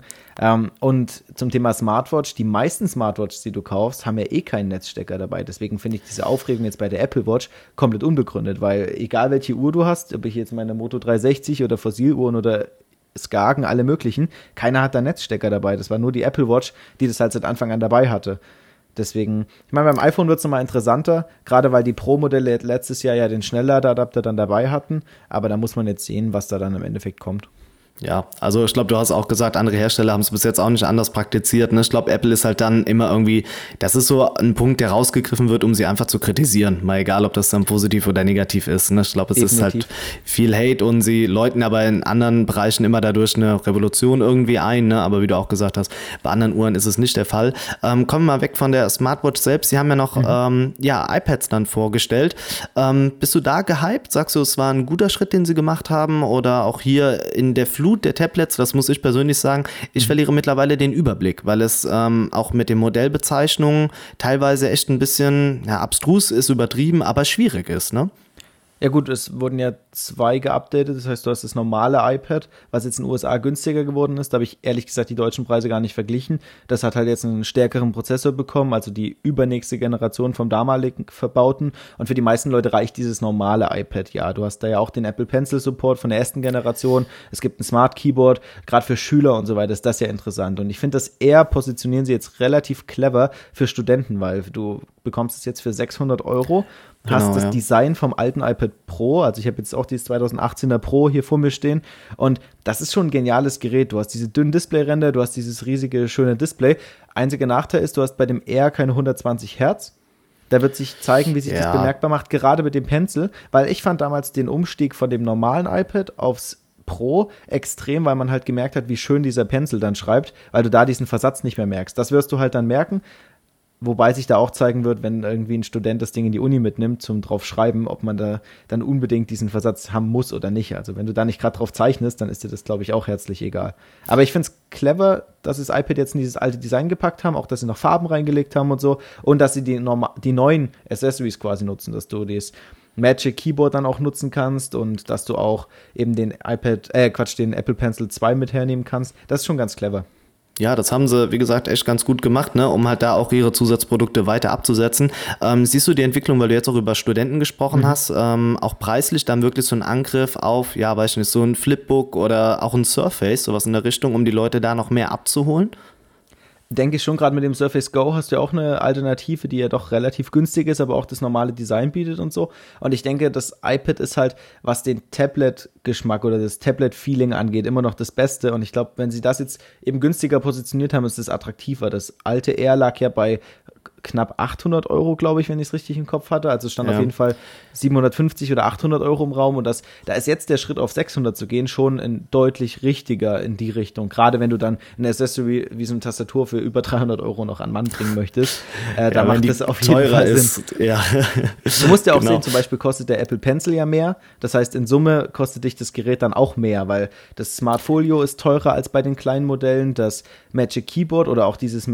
Und zum Thema Smartwatch, die meisten Smartwatches, die du kaufst, haben ja keinen Netzstecker dabei. Deswegen finde ich diese Aufregung jetzt bei der Apple Watch komplett unbegründet, weil egal welche Uhr du hast, ob ich jetzt meine Moto 360 oder Fossiluhren oder Skagen, alle möglichen, keiner hat da Netzstecker dabei. Das war nur die Apple Watch, die das halt seit Anfang an dabei hatte. Deswegen, ich meine, beim iPhone wird es nochmal interessanter, gerade weil die Pro-Modelle letztes Jahr ja den Schnellladeadapter dann dabei hatten, aber da muss man jetzt sehen, was da dann im Endeffekt kommt. Ja, also ich glaube, du hast auch gesagt, andere Hersteller haben es bis jetzt auch nicht anders praktiziert. Ne? Ich glaube, Apple ist halt dann immer irgendwie, das ist so ein Punkt, der rausgegriffen wird, um sie einfach zu kritisieren. Mal egal, ob das dann positiv oder negativ ist. Ne? Ich glaube, es ist halt viel Hate und sie läuten aber in anderen Bereichen immer dadurch eine Revolution irgendwie ein. Ne? Aber wie du auch gesagt hast, bei anderen Uhren ist es nicht der Fall. Kommen wir mal weg von der Smartwatch selbst. Sie haben ja noch iPads dann vorgestellt. Bist du da gehypt? Sagst du, es war ein guter Schritt, den sie gemacht haben? Oder auch hier in der Flut der Tablets, das muss ich persönlich sagen, ich verliere mittlerweile den Überblick, weil es auch mit den Modellbezeichnungen teilweise echt ein bisschen abstrus ist, übertrieben, aber schwierig ist, ne? Ja gut, es wurden ja 2 geupdatet, das heißt, du hast das normale iPad, was jetzt in den USA günstiger geworden ist, da habe ich ehrlich gesagt die deutschen Preise gar nicht verglichen. Das hat halt jetzt einen stärkeren Prozessor bekommen, also die übernächste Generation vom damaligen verbauten und für die meisten Leute reicht dieses normale iPad, ja. Du hast da ja auch den Apple Pencil Support von der ersten Generation, es gibt ein Smart Keyboard, gerade für Schüler und so weiter ist das ja interessant und ich finde, das eher positionieren sie jetzt relativ clever für Studenten, weil du bekommst es jetzt für 600 €. Hast das Design vom alten iPad Pro, also ich habe jetzt auch dieses 2018er Pro hier vor mir stehen und das ist schon ein geniales Gerät. Du hast diese dünnen Displayränder, du hast dieses riesige, schöne Display. Einziger Nachteil ist, du hast bei dem Air keine 120 Hertz. Da wird sich zeigen, wie sich das bemerkbar macht, gerade mit dem Pencil, weil ich fand damals den Umstieg von dem normalen iPad aufs Pro extrem, weil man halt gemerkt hat, wie schön dieser Pencil dann schreibt, weil du da diesen Versatz nicht mehr merkst. Das wirst du halt dann merken. Wobei sich da auch zeigen wird, wenn irgendwie ein Student das Ding in die Uni mitnimmt zum drauf schreiben, ob man da dann unbedingt diesen Versatz haben muss oder nicht. Also wenn du da nicht gerade drauf zeichnest, dann ist dir das, glaube ich, auch herzlich egal. Aber ich finde es clever, dass sie das iPad jetzt in dieses alte Design gepackt haben, auch dass sie noch Farben reingelegt haben und so und dass sie die neuen Accessories quasi nutzen, dass du das Magic Keyboard dann auch nutzen kannst und dass du auch eben den Apple Pencil 2 mit hernehmen kannst. Das ist schon ganz clever. Ja, das haben sie, wie gesagt, echt ganz gut gemacht, ne, um halt da auch ihre Zusatzprodukte weiter abzusetzen. Siehst du die Entwicklung, weil du jetzt auch über Studenten gesprochen hast, auch preislich dann wirklich so ein Angriff auf, ja, weiß ich nicht, so ein Flipbook oder auch ein Surface, sowas in der Richtung, um die Leute da noch mehr abzuholen? denke ich schon, gerade mit dem Surface Go hast du ja auch eine Alternative, die ja doch relativ günstig ist, aber auch das normale Design bietet und so. Und ich denke, das iPad ist halt, was den Tablet-Geschmack oder das Tablet-Feeling angeht, immer noch das Beste. Und ich glaube, wenn sie das jetzt eben günstiger positioniert haben, ist es attraktiver. Das alte Air lag ja bei knapp 800 Euro, glaube ich, wenn ich es richtig im Kopf hatte. Also es stand auf jeden Fall 750 oder 800 Euro im Raum. Und da ist jetzt der Schritt auf 600 zu gehen schon deutlich richtiger in die Richtung. Gerade wenn du dann ein Accessory wie so eine Tastatur für über 300 Euro noch an Mann bringen möchtest, da macht das auf jeden Fall Sinn. Ja. Du musst ja auch sehen, zum Beispiel kostet der Apple Pencil ja mehr. Das heißt, in Summe kostet dich das Gerät dann auch mehr, weil das Smart Folio ist teurer als bei den kleinen Modellen. Das Magic Keyboard oder auch dieses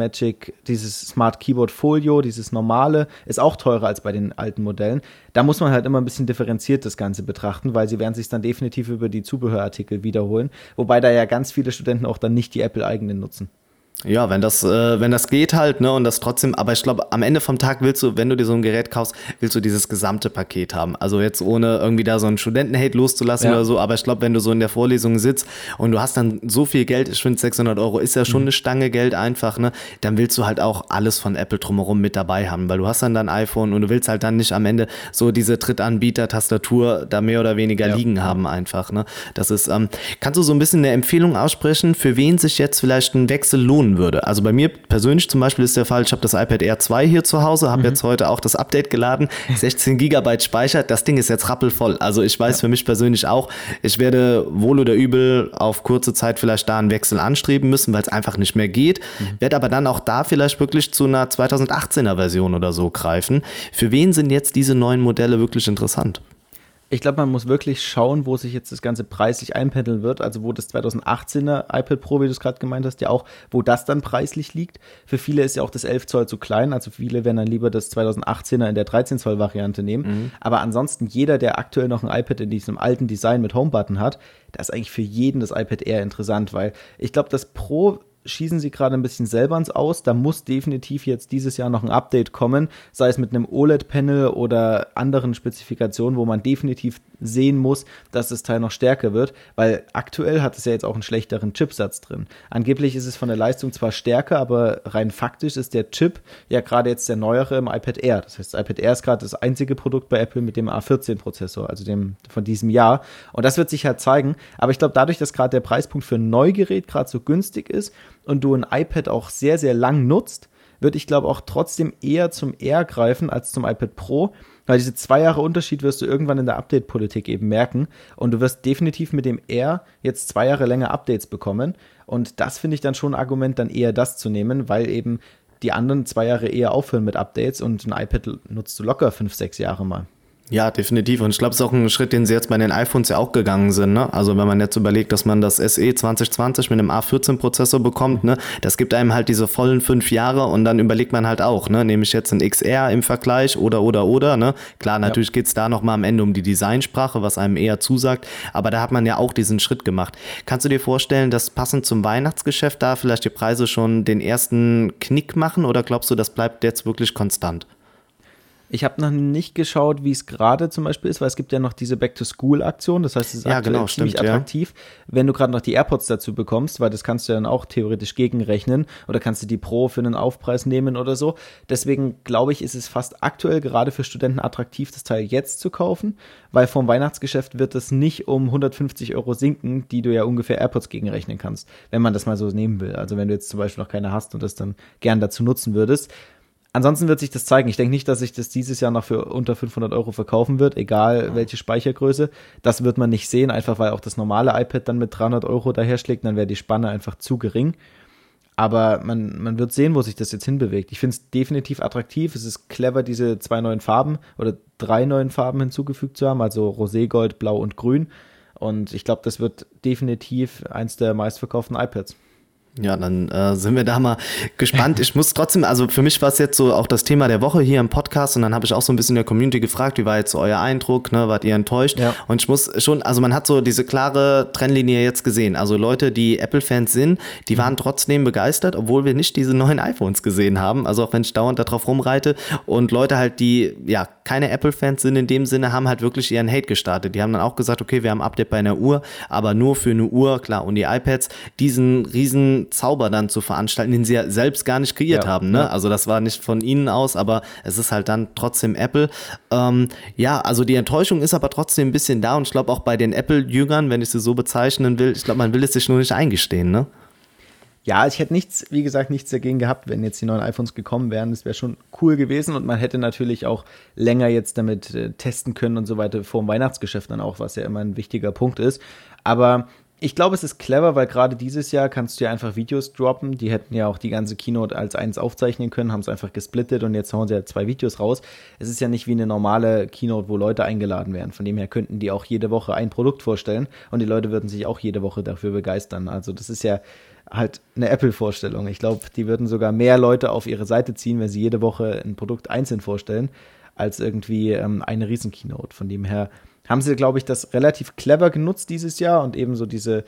Smart Keyboard Folio, dieses normale, ist auch teurer als bei den alten Modellen. Da muss man halt immer ein bisschen differenziert das Ganze betrachten, weil sie werden sich dann definitiv über die Zubehörartikel wiederholen, wobei da ja ganz viele Studenten auch dann nicht die Apple-eigenen nutzen. Ja, wenn das geht halt, ne, und das trotzdem, aber ich glaube, am Ende vom Tag willst du, wenn du dir so ein Gerät kaufst, willst du dieses gesamte Paket haben. Also jetzt ohne irgendwie da so einen Studentenhate loszulassen oder so, aber ich glaube, wenn du so in der Vorlesung sitzt und du hast dann so viel Geld, ich finde 600 Euro ist ja schon eine Stange Geld einfach, ne, dann willst du halt auch alles von Apple drumherum mit dabei haben, weil du hast dann dein iPhone und du willst halt dann nicht am Ende so diese Drittanbieter-Tastatur da mehr oder weniger liegen haben einfach, ne. Das ist, kannst du so ein bisschen eine Empfehlung aussprechen, für wen sich jetzt vielleicht ein Wechsel lohnen würde? Also bei mir persönlich zum Beispiel ist der Fall, ich habe das iPad Air 2 hier zu Hause, habe jetzt heute auch das Update geladen, 16 GB Speicher, das Ding ist jetzt rappelvoll. Also ich weiß für mich persönlich auch, ich werde wohl oder übel auf kurze Zeit vielleicht da einen Wechsel anstreben müssen, weil es einfach nicht mehr geht, werde aber dann auch da vielleicht wirklich zu einer 2018er Version oder so greifen. Für wen sind jetzt diese neuen Modelle wirklich interessant? Ich glaube, man muss wirklich schauen, wo sich jetzt das Ganze preislich einpendeln wird, also wo das 2018er iPad Pro, wie du es gerade gemeint hast, ja auch, wo das dann preislich liegt. Für viele ist ja auch das 11 Zoll zu klein, also viele werden dann lieber das 2018er in der 13 Zoll Variante nehmen. Aber ansonsten jeder, der aktuell noch ein iPad in diesem alten Design mit Homebutton hat, da ist eigentlich für jeden das iPad Air interessant, weil ich glaube, das Pro schießen sie gerade ein bisschen selber ins Aus. Da muss definitiv jetzt dieses Jahr noch ein Update kommen, sei es mit einem OLED-Panel oder anderen Spezifikationen, wo man definitiv sehen muss, dass das Teil noch stärker wird, weil aktuell hat es ja jetzt auch einen schlechteren Chipsatz drin. Angeblich ist es von der Leistung zwar stärker, aber rein faktisch ist der Chip ja gerade jetzt der neuere im iPad Air. Das heißt, das iPad Air ist gerade das einzige Produkt bei Apple mit dem A14-Prozessor, also dem von diesem Jahr. Und das wird sich halt zeigen. Aber ich glaube, dadurch, dass gerade der Preispunkt für ein Neugerät gerade so günstig ist und du ein iPad auch sehr, sehr lang nutzt, würde ich glaube auch trotzdem eher zum Air greifen als zum iPad Pro, weil diese 2 Jahre Unterschied wirst du irgendwann in der Update-Politik eben merken und du wirst definitiv mit dem Air jetzt 2 Jahre länger Updates bekommen und das finde ich dann schon ein Argument, dann eher das zu nehmen, weil eben die anderen 2 Jahre eher aufhören mit Updates und ein iPad nutzt du locker 5, 6 Jahre mal. Ja, definitiv. Und ich glaube, es ist auch ein Schritt, den sie jetzt bei den iPhones ja auch gegangen sind. Ne? Also wenn man jetzt überlegt, dass man das SE 2020 mit einem A14-Prozessor bekommt, ne, das gibt einem halt diese vollen 5 Jahre und dann überlegt man halt auch, ne, nehme ich jetzt ein XR im Vergleich oder, ne? Klar, natürlich geht's da nochmal am Ende um die Designsprache, was einem eher zusagt, aber da hat man ja auch diesen Schritt gemacht. Kannst du dir vorstellen, dass passend zum Weihnachtsgeschäft da vielleicht die Preise schon den ersten Knick machen oder glaubst du, das bleibt jetzt wirklich konstant? Ich habe noch nicht geschaut, wie es gerade zum Beispiel ist, weil es gibt ja noch diese Back-to-School-Aktion, das heißt, es ist aktuell ziemlich attraktiv, wenn du gerade noch die AirPods dazu bekommst, weil das kannst du dann auch theoretisch gegenrechnen oder kannst du die Pro für einen Aufpreis nehmen oder so. Deswegen glaube ich, ist es fast aktuell gerade für Studenten attraktiv, das Teil jetzt zu kaufen, weil vom Weihnachtsgeschäft wird es nicht um 150 Euro sinken, die du ja ungefähr AirPods gegenrechnen kannst, wenn man das mal so nehmen will. Also wenn du jetzt zum Beispiel noch keine hast und das dann gern dazu nutzen würdest. Ansonsten wird sich das zeigen. Ich denke nicht, dass sich das dieses Jahr noch für unter 500 Euro verkaufen wird, egal welche Speichergröße. Das wird man nicht sehen, einfach weil auch das normale iPad dann mit 300 Euro daherschlägt, dann wäre die Spanne einfach zu gering. Aber man wird sehen, wo sich das jetzt hinbewegt. Ich finde es definitiv attraktiv. Es ist clever, diese 2 neuen Farben oder 3 neuen Farben hinzugefügt zu haben, also Roségold, Blau und Grün. Und ich glaube, das wird definitiv eins der meistverkauften iPads. Ja, dann sind wir da mal gespannt. Ich muss trotzdem, also für mich war es jetzt so auch das Thema der Woche hier im Podcast und dann habe ich auch so ein bisschen der Community gefragt, wie war jetzt so euer Eindruck, ne, wart ihr enttäuscht? Ja. Und ich muss schon, also man hat so diese klare Trennlinie jetzt gesehen. Also Leute, die Apple-Fans sind, die waren trotzdem begeistert, obwohl wir nicht diese neuen iPhones gesehen haben. Also auch wenn ich dauernd darauf rumreite und Leute halt, die ja keine Apple-Fans sind in dem Sinne, haben halt wirklich ihren Hate gestartet. Die haben dann auch gesagt, okay, wir haben ein Update bei einer Uhr, aber nur für eine Uhr, klar, und die iPads, diesen riesen eigenen Zauber dann zu veranstalten, den sie ja selbst gar nicht kreiert haben, ne? Ja. Also das war nicht von ihnen aus, aber es ist halt dann trotzdem Apple. Also die Enttäuschung ist aber trotzdem ein bisschen da und ich glaube auch bei den Apple-Jüngern, wenn ich sie so bezeichnen will, ich glaube, man will es sich nur nicht eingestehen, ne? Ja, ich hätte nichts dagegen gehabt, wenn jetzt die neuen iPhones gekommen wären. Das wäre schon cool gewesen und man hätte natürlich auch länger jetzt damit testen können und so weiter vor dem Weihnachtsgeschäft dann auch, was ja immer ein wichtiger Punkt ist. Aber ich glaube, es ist clever, weil gerade dieses Jahr kannst du ja einfach Videos droppen. Die hätten ja auch die ganze Keynote als eins aufzeichnen können, haben es einfach gesplittet und jetzt hauen sie ja 2 Videos raus. Es ist ja nicht wie eine normale Keynote, wo Leute eingeladen werden. Von dem her könnten die auch jede Woche ein Produkt vorstellen und die Leute würden sich auch jede Woche dafür begeistern. Also das ist ja halt eine Apple-Vorstellung. Ich glaube, die würden sogar mehr Leute auf ihre Seite ziehen, wenn sie jede Woche ein Produkt einzeln vorstellen, als irgendwie eine Riesen-Keynote. Von dem her haben sie, glaube ich, das relativ clever genutzt dieses Jahr und eben so dieses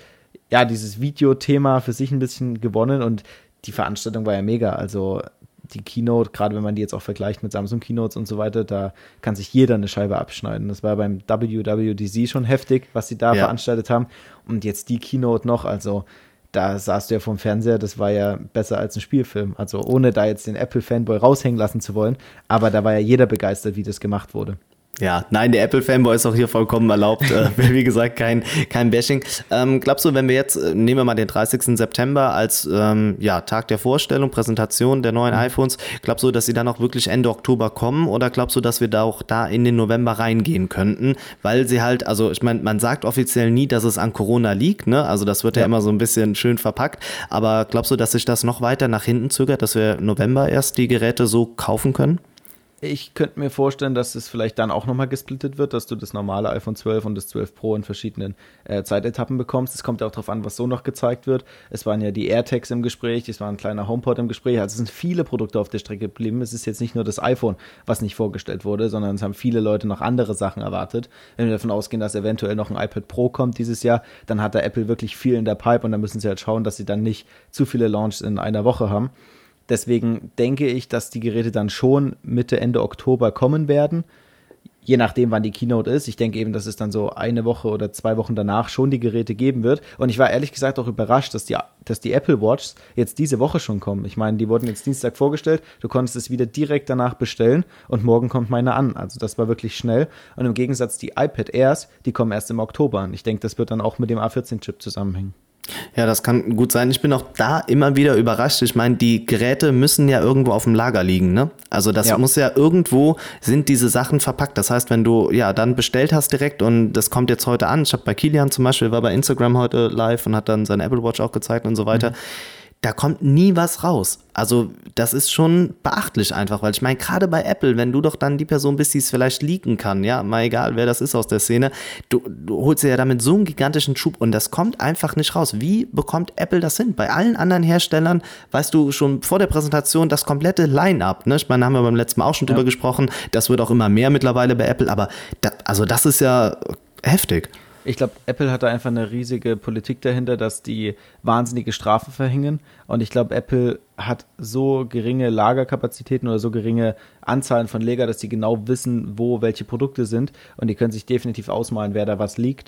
Videothema für sich ein bisschen gewonnen und die Veranstaltung war ja mega. Also die Keynote, gerade wenn man die jetzt auch vergleicht mit Samsung Keynotes und so weiter, da kann sich jeder eine Scheibe abschneiden. Das war beim WWDC schon heftig, was sie da veranstaltet haben und jetzt die Keynote noch, also da saßt du ja vom Fernseher, das war ja besser als ein Spielfilm. Also ohne da jetzt den Apple-Fanboy raushängen lassen zu wollen, aber da war ja jeder begeistert, wie das gemacht wurde. Ja, nein, der Apple-Fanboy ist auch hier vollkommen erlaubt. Wie gesagt, kein Bashing. Glaubst du, wenn wir jetzt, nehmen wir mal den 30. September als Tag der Vorstellung, Präsentation der neuen iPhones, glaubst du, dass sie dann auch wirklich Ende Oktober kommen oder glaubst du, dass wir da auch in den November reingehen könnten? Weil sie halt, also ich meine, man sagt offiziell nie, dass es an Corona liegt, ne? Also das wird ja immer so ein bisschen schön verpackt. Aber glaubst du, dass sich das noch weiter nach hinten zögert, dass wir November erst die Geräte so kaufen können? Ich könnte mir vorstellen, dass es vielleicht dann auch nochmal gesplittet wird, dass du das normale iPhone 12 und das 12 Pro in verschiedenen Zeitetappen bekommst. Es kommt ja auch darauf an, was so noch gezeigt wird. Es waren ja die AirTags im Gespräch, es war ein kleiner HomePod im Gespräch. Also es sind viele Produkte auf der Strecke geblieben. Es ist jetzt nicht nur das iPhone, was nicht vorgestellt wurde, sondern es haben viele Leute noch andere Sachen erwartet. Wenn wir davon ausgehen, dass eventuell noch ein iPad Pro kommt dieses Jahr, dann hat da Apple wirklich viel in der Pipe und dann müssen sie halt schauen, dass sie dann nicht zu viele Launches in einer Woche haben. Deswegen denke ich, dass die Geräte dann schon Mitte, Ende Oktober kommen werden. Je nachdem, wann die Keynote ist. Ich denke eben, dass es dann so eine Woche oder 2 Wochen danach schon die Geräte geben wird. Und ich war ehrlich gesagt auch überrascht, dass die Apple Watch jetzt diese Woche schon kommen. Ich meine, die wurden jetzt Dienstag vorgestellt. Du konntest es wieder direkt danach bestellen und morgen kommt meine an. Also das war wirklich schnell. Und im Gegensatz die iPad Airs, die kommen erst im Oktober an. Ich denke, das wird dann auch mit dem A14-Chip zusammenhängen. Ja, das kann gut sein. Ich bin auch da immer wieder überrascht. Ich meine, die Geräte müssen ja irgendwo auf dem Lager liegen, ne? Also das muss ja irgendwo, sind diese Sachen verpackt. Das heißt, wenn du dann bestellt hast direkt und das kommt jetzt heute an. Ich habe bei Kilian zum Beispiel, war bei Instagram heute live und hat dann seine Apple Watch auch gezeigt und so weiter. Da kommt nie was raus. Also das ist schon beachtlich einfach, weil ich meine, gerade bei Apple, wenn du doch dann die Person bist, die es vielleicht leaken kann, ja, mal egal, wer das ist aus der Szene, du holst dir ja damit so einen gigantischen Schub und das kommt einfach nicht raus. Wie bekommt Apple das hin? Bei allen anderen Herstellern, weißt du, schon vor der Präsentation das komplette Line-Up, ne? Ich meine, da haben wir beim letzten Mal auch schon drüber gesprochen, das wird auch immer mehr mittlerweile bei Apple, aber das ist ja heftig. Ich glaube, Apple hat da einfach eine riesige Politik dahinter, dass die wahnsinnige Strafen verhängen. Und ich glaube, Apple hat so geringe Lagerkapazitäten oder so geringe Anzahlen von Lager, dass sie genau wissen, wo welche Produkte sind. Und die können sich definitiv ausmalen, wer da was liegt.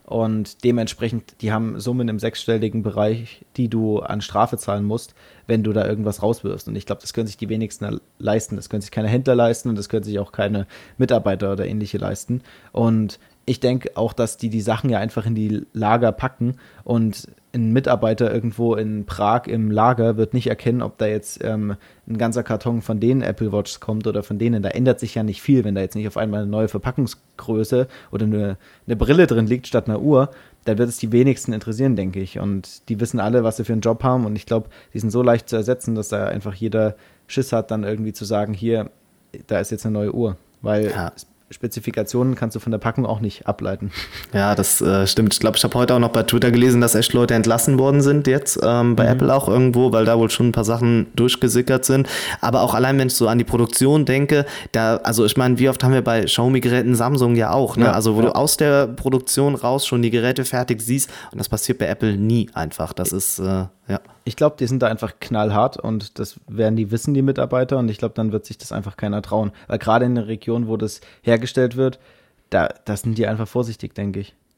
Und dementsprechend, die haben Summen im 6-stelligen Bereich, die du an Strafe zahlen musst, wenn du da irgendwas rauswirfst. Und ich glaube, das können sich die wenigsten leisten. Das können sich keine Händler leisten und das können sich auch keine Mitarbeiter oder ähnliche leisten. Und ich denke auch, dass die Sachen ja einfach in die Lager packen und ein Mitarbeiter irgendwo in Prag im Lager wird nicht erkennen, ob da jetzt ein ganzer Karton von den Apple Watches kommt oder von denen. Da ändert sich ja nicht viel, wenn da jetzt nicht auf einmal eine neue Verpackungsgröße oder eine Brille drin liegt statt einer Uhr. Da wird es die wenigsten interessieren, denke ich. Und die wissen alle, was sie für einen Job haben. Und ich glaube, die sind so leicht zu ersetzen, dass da einfach jeder Schiss hat, dann irgendwie zu sagen, hier, da ist jetzt eine neue Uhr. Weil Spezifikationen kannst du von der Packung auch nicht ableiten. Ja, das stimmt. Ich glaube, ich habe heute auch noch bei Twitter gelesen, dass echt Leute entlassen worden sind jetzt bei Apple auch irgendwo, weil da wohl schon ein paar Sachen durchgesickert sind. Aber auch allein, wenn ich so an die Produktion denke, also ich meine, wie oft haben wir bei Xiaomi-Geräten, Samsung ja auch, ne? Also wo du aus der Produktion raus schon die Geräte fertig siehst und das passiert bei Apple nie einfach. Das ist, Ich glaube, die sind da einfach knallhart und das werden die wissen, die Mitarbeiter. Und ich glaube, dann wird sich das einfach keiner trauen. Weil gerade in der Region, wo das hergestellt wird, da sind die einfach vorsichtig, denke ich.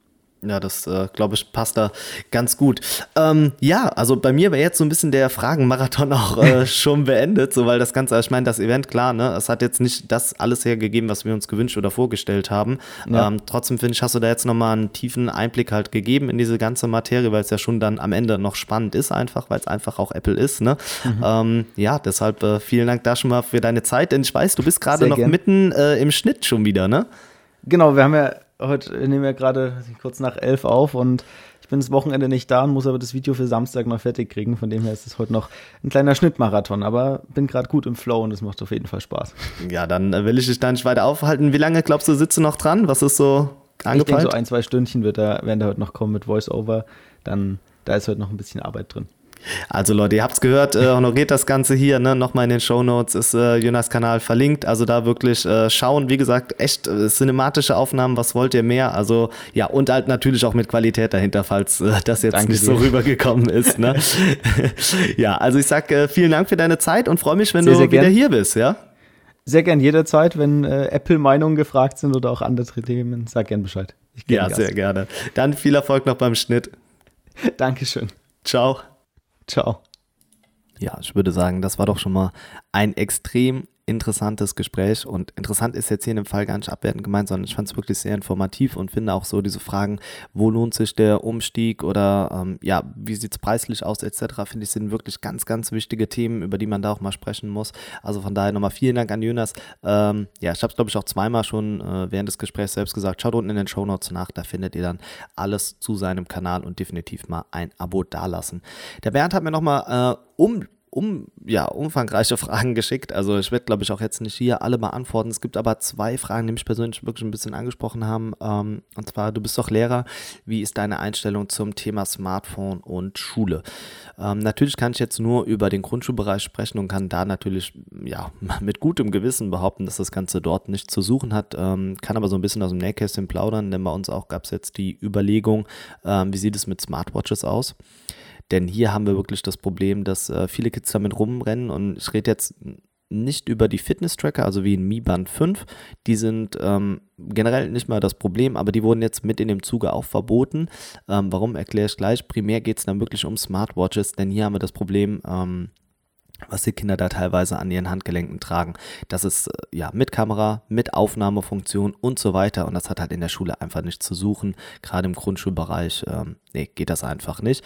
Ja, das, glaube ich, passt da ganz gut. Ja, also bei mir wäre jetzt so ein bisschen der Fragenmarathon auch schon beendet, so, weil das Ganze, ich meine, das Event, klar, ne, es hat jetzt nicht das alles hergegeben, was wir uns gewünscht oder vorgestellt haben. Ja. Trotzdem, finde ich, hast du da jetzt nochmal einen tiefen Einblick halt gegeben in diese ganze Materie, weil es ja schon dann am Ende noch spannend ist einfach, weil es einfach auch Apple ist, ne? Ja, deshalb vielen Dank da schon mal für deine Zeit, denn ich weiß, du bist gerade noch mitten im Schnitt schon wieder, ne? Genau, wir nehmen ja gerade kurz nach 11 auf und ich bin das Wochenende nicht da und muss aber das Video für Samstag noch fertig kriegen. Von dem her ist es heute noch ein kleiner Schnittmarathon, aber bin gerade gut im Flow und es macht auf jeden Fall Spaß. Ja, dann will ich dich da nicht weiter aufhalten. Wie lange, glaubst du, sitzt du noch dran? Was ist so angepeilt? Ich denke, so 1-2 Stündchen werden da heute noch kommen mit Voice-Over. Dann, da ist heute noch ein bisschen Arbeit drin. Also Leute, ihr habt es gehört, honoriert das Ganze hier, ne? Nochmal in den Shownotes ist Jonas Kanal verlinkt, also da wirklich schauen, wie gesagt, echt cinematische Aufnahmen, was wollt ihr mehr, also ja, und halt natürlich auch mit Qualität dahinter, falls das jetzt Danke nicht dir. So rübergekommen ist, ne? Ja, also ich sag vielen Dank für deine Zeit und freue mich, wenn du wieder hier bist, ja? Sehr gern jederzeit, wenn Apple-Meinungen gefragt sind oder auch andere Themen, sag gern Bescheid. Ja, sehr gerne. Dann viel Erfolg noch beim Schnitt. Dankeschön. Ciao. Ciao. Ja, ich würde sagen, das war doch schon mal ein extrem interessantes Gespräch und interessant ist jetzt hier in dem Fall gar nicht abwertend gemeint, sondern ich fand es wirklich sehr informativ und finde auch so diese Fragen, wo lohnt sich der Umstieg oder ja, wie sieht es preislich aus etc., finde ich, sind wirklich ganz, ganz wichtige Themen, über die man da auch mal sprechen muss. Also von daher nochmal vielen Dank an Jonas. Ja, ich habe es glaube ich auch zweimal schon während des Gesprächs selbst gesagt, schaut unten in den Shownotes nach, da findet ihr dann alles zu seinem Kanal und definitiv mal ein Abo dalassen. Der Bernd hat mir nochmal umfangreiche Fragen geschickt. Also ich werde, glaube ich, auch jetzt nicht hier alle beantworten. Es gibt aber 2 Fragen, die mich persönlich wirklich ein bisschen angesprochen haben. Und zwar, du bist doch Lehrer. Wie ist deine Einstellung zum Thema Smartphone und Schule? Natürlich kann ich jetzt nur über den Grundschulbereich sprechen und kann da natürlich ja mit gutem Gewissen behaupten, dass das Ganze dort nichts zu suchen hat. Kann aber so ein bisschen aus dem Nähkästchen plaudern, denn bei uns auch gab es jetzt die Überlegung, wie sieht es mit Smartwatches aus? Denn hier haben wir wirklich das Problem, dass viele Kids damit rumrennen und ich rede jetzt nicht über die Fitness-Tracker, also wie ein Mi Band 5, die sind generell nicht mal das Problem, aber die wurden jetzt mit in dem Zuge auch verboten. Warum, erkläre ich gleich. Primär geht es dann wirklich um Smartwatches, denn hier haben wir das Problem, was die Kinder da teilweise an ihren Handgelenken tragen. Das ist ja mit Kamera, mit Aufnahmefunktion und so weiter und das hat halt in der Schule einfach nichts zu suchen. Gerade im Grundschulbereich, geht das einfach nicht.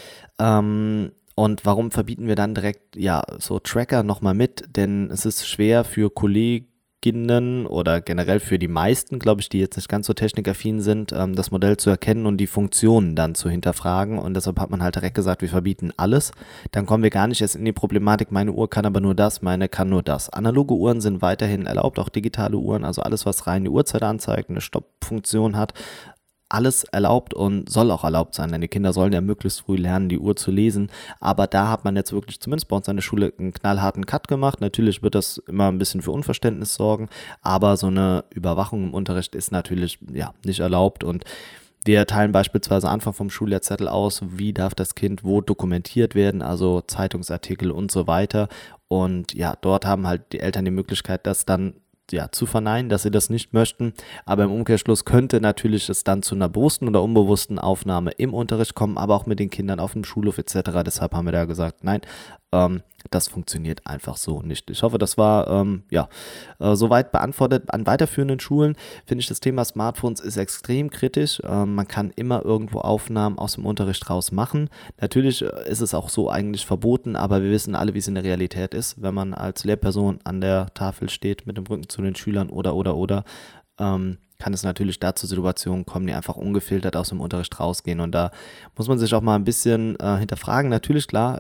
Und warum verbieten wir dann direkt ja so Tracker nochmal mit? Denn es ist schwer für Kolleginnen oder generell für die meisten, glaube ich, die jetzt nicht ganz so technikaffin sind, das Modell zu erkennen und die Funktionen dann zu hinterfragen. Und deshalb hat man halt direkt gesagt, wir verbieten alles. Dann kommen wir gar nicht erst in die Problematik, meine Uhr kann aber nur das, meine kann nur das. Analoge Uhren sind weiterhin erlaubt, auch digitale Uhren, also alles, was rein die Uhrzeit anzeigt, eine Stoppfunktion hat. Alles erlaubt und soll auch erlaubt sein, denn die Kinder sollen ja möglichst früh lernen, die Uhr zu lesen, aber da hat man jetzt wirklich, zumindest bei uns an der Schule, einen knallharten Cut gemacht. Natürlich wird das immer ein bisschen für Unverständnis sorgen, aber so eine Überwachung im Unterricht ist natürlich ja nicht erlaubt und wir teilen beispielsweise Anfang vom Schullehrzettel aus, wie darf das Kind wo dokumentiert werden, also Zeitungsartikel und so weiter und ja, dort haben halt die Eltern die Möglichkeit, das dann ja, zu verneinen, dass sie das nicht möchten, aber im Umkehrschluss könnte natürlich es dann zu einer bewussten oder unbewussten Aufnahme im Unterricht kommen, aber auch mit den Kindern auf dem Schulhof etc. Deshalb haben wir da gesagt, nein, das funktioniert einfach so nicht. Ich hoffe, das war soweit beantwortet. An weiterführenden Schulen finde ich das Thema Smartphones ist extrem kritisch. Man kann immer irgendwo Aufnahmen aus dem Unterricht raus machen. Natürlich ist es auch so eigentlich verboten, aber wir wissen alle, wie es in der Realität ist, wenn man als Lehrperson an der Tafel steht mit dem Rücken zu den Schülern oder kann es natürlich da zu Situationen kommen, die einfach ungefiltert aus dem Unterricht rausgehen und da muss man sich auch mal ein bisschen hinterfragen. Natürlich, klar,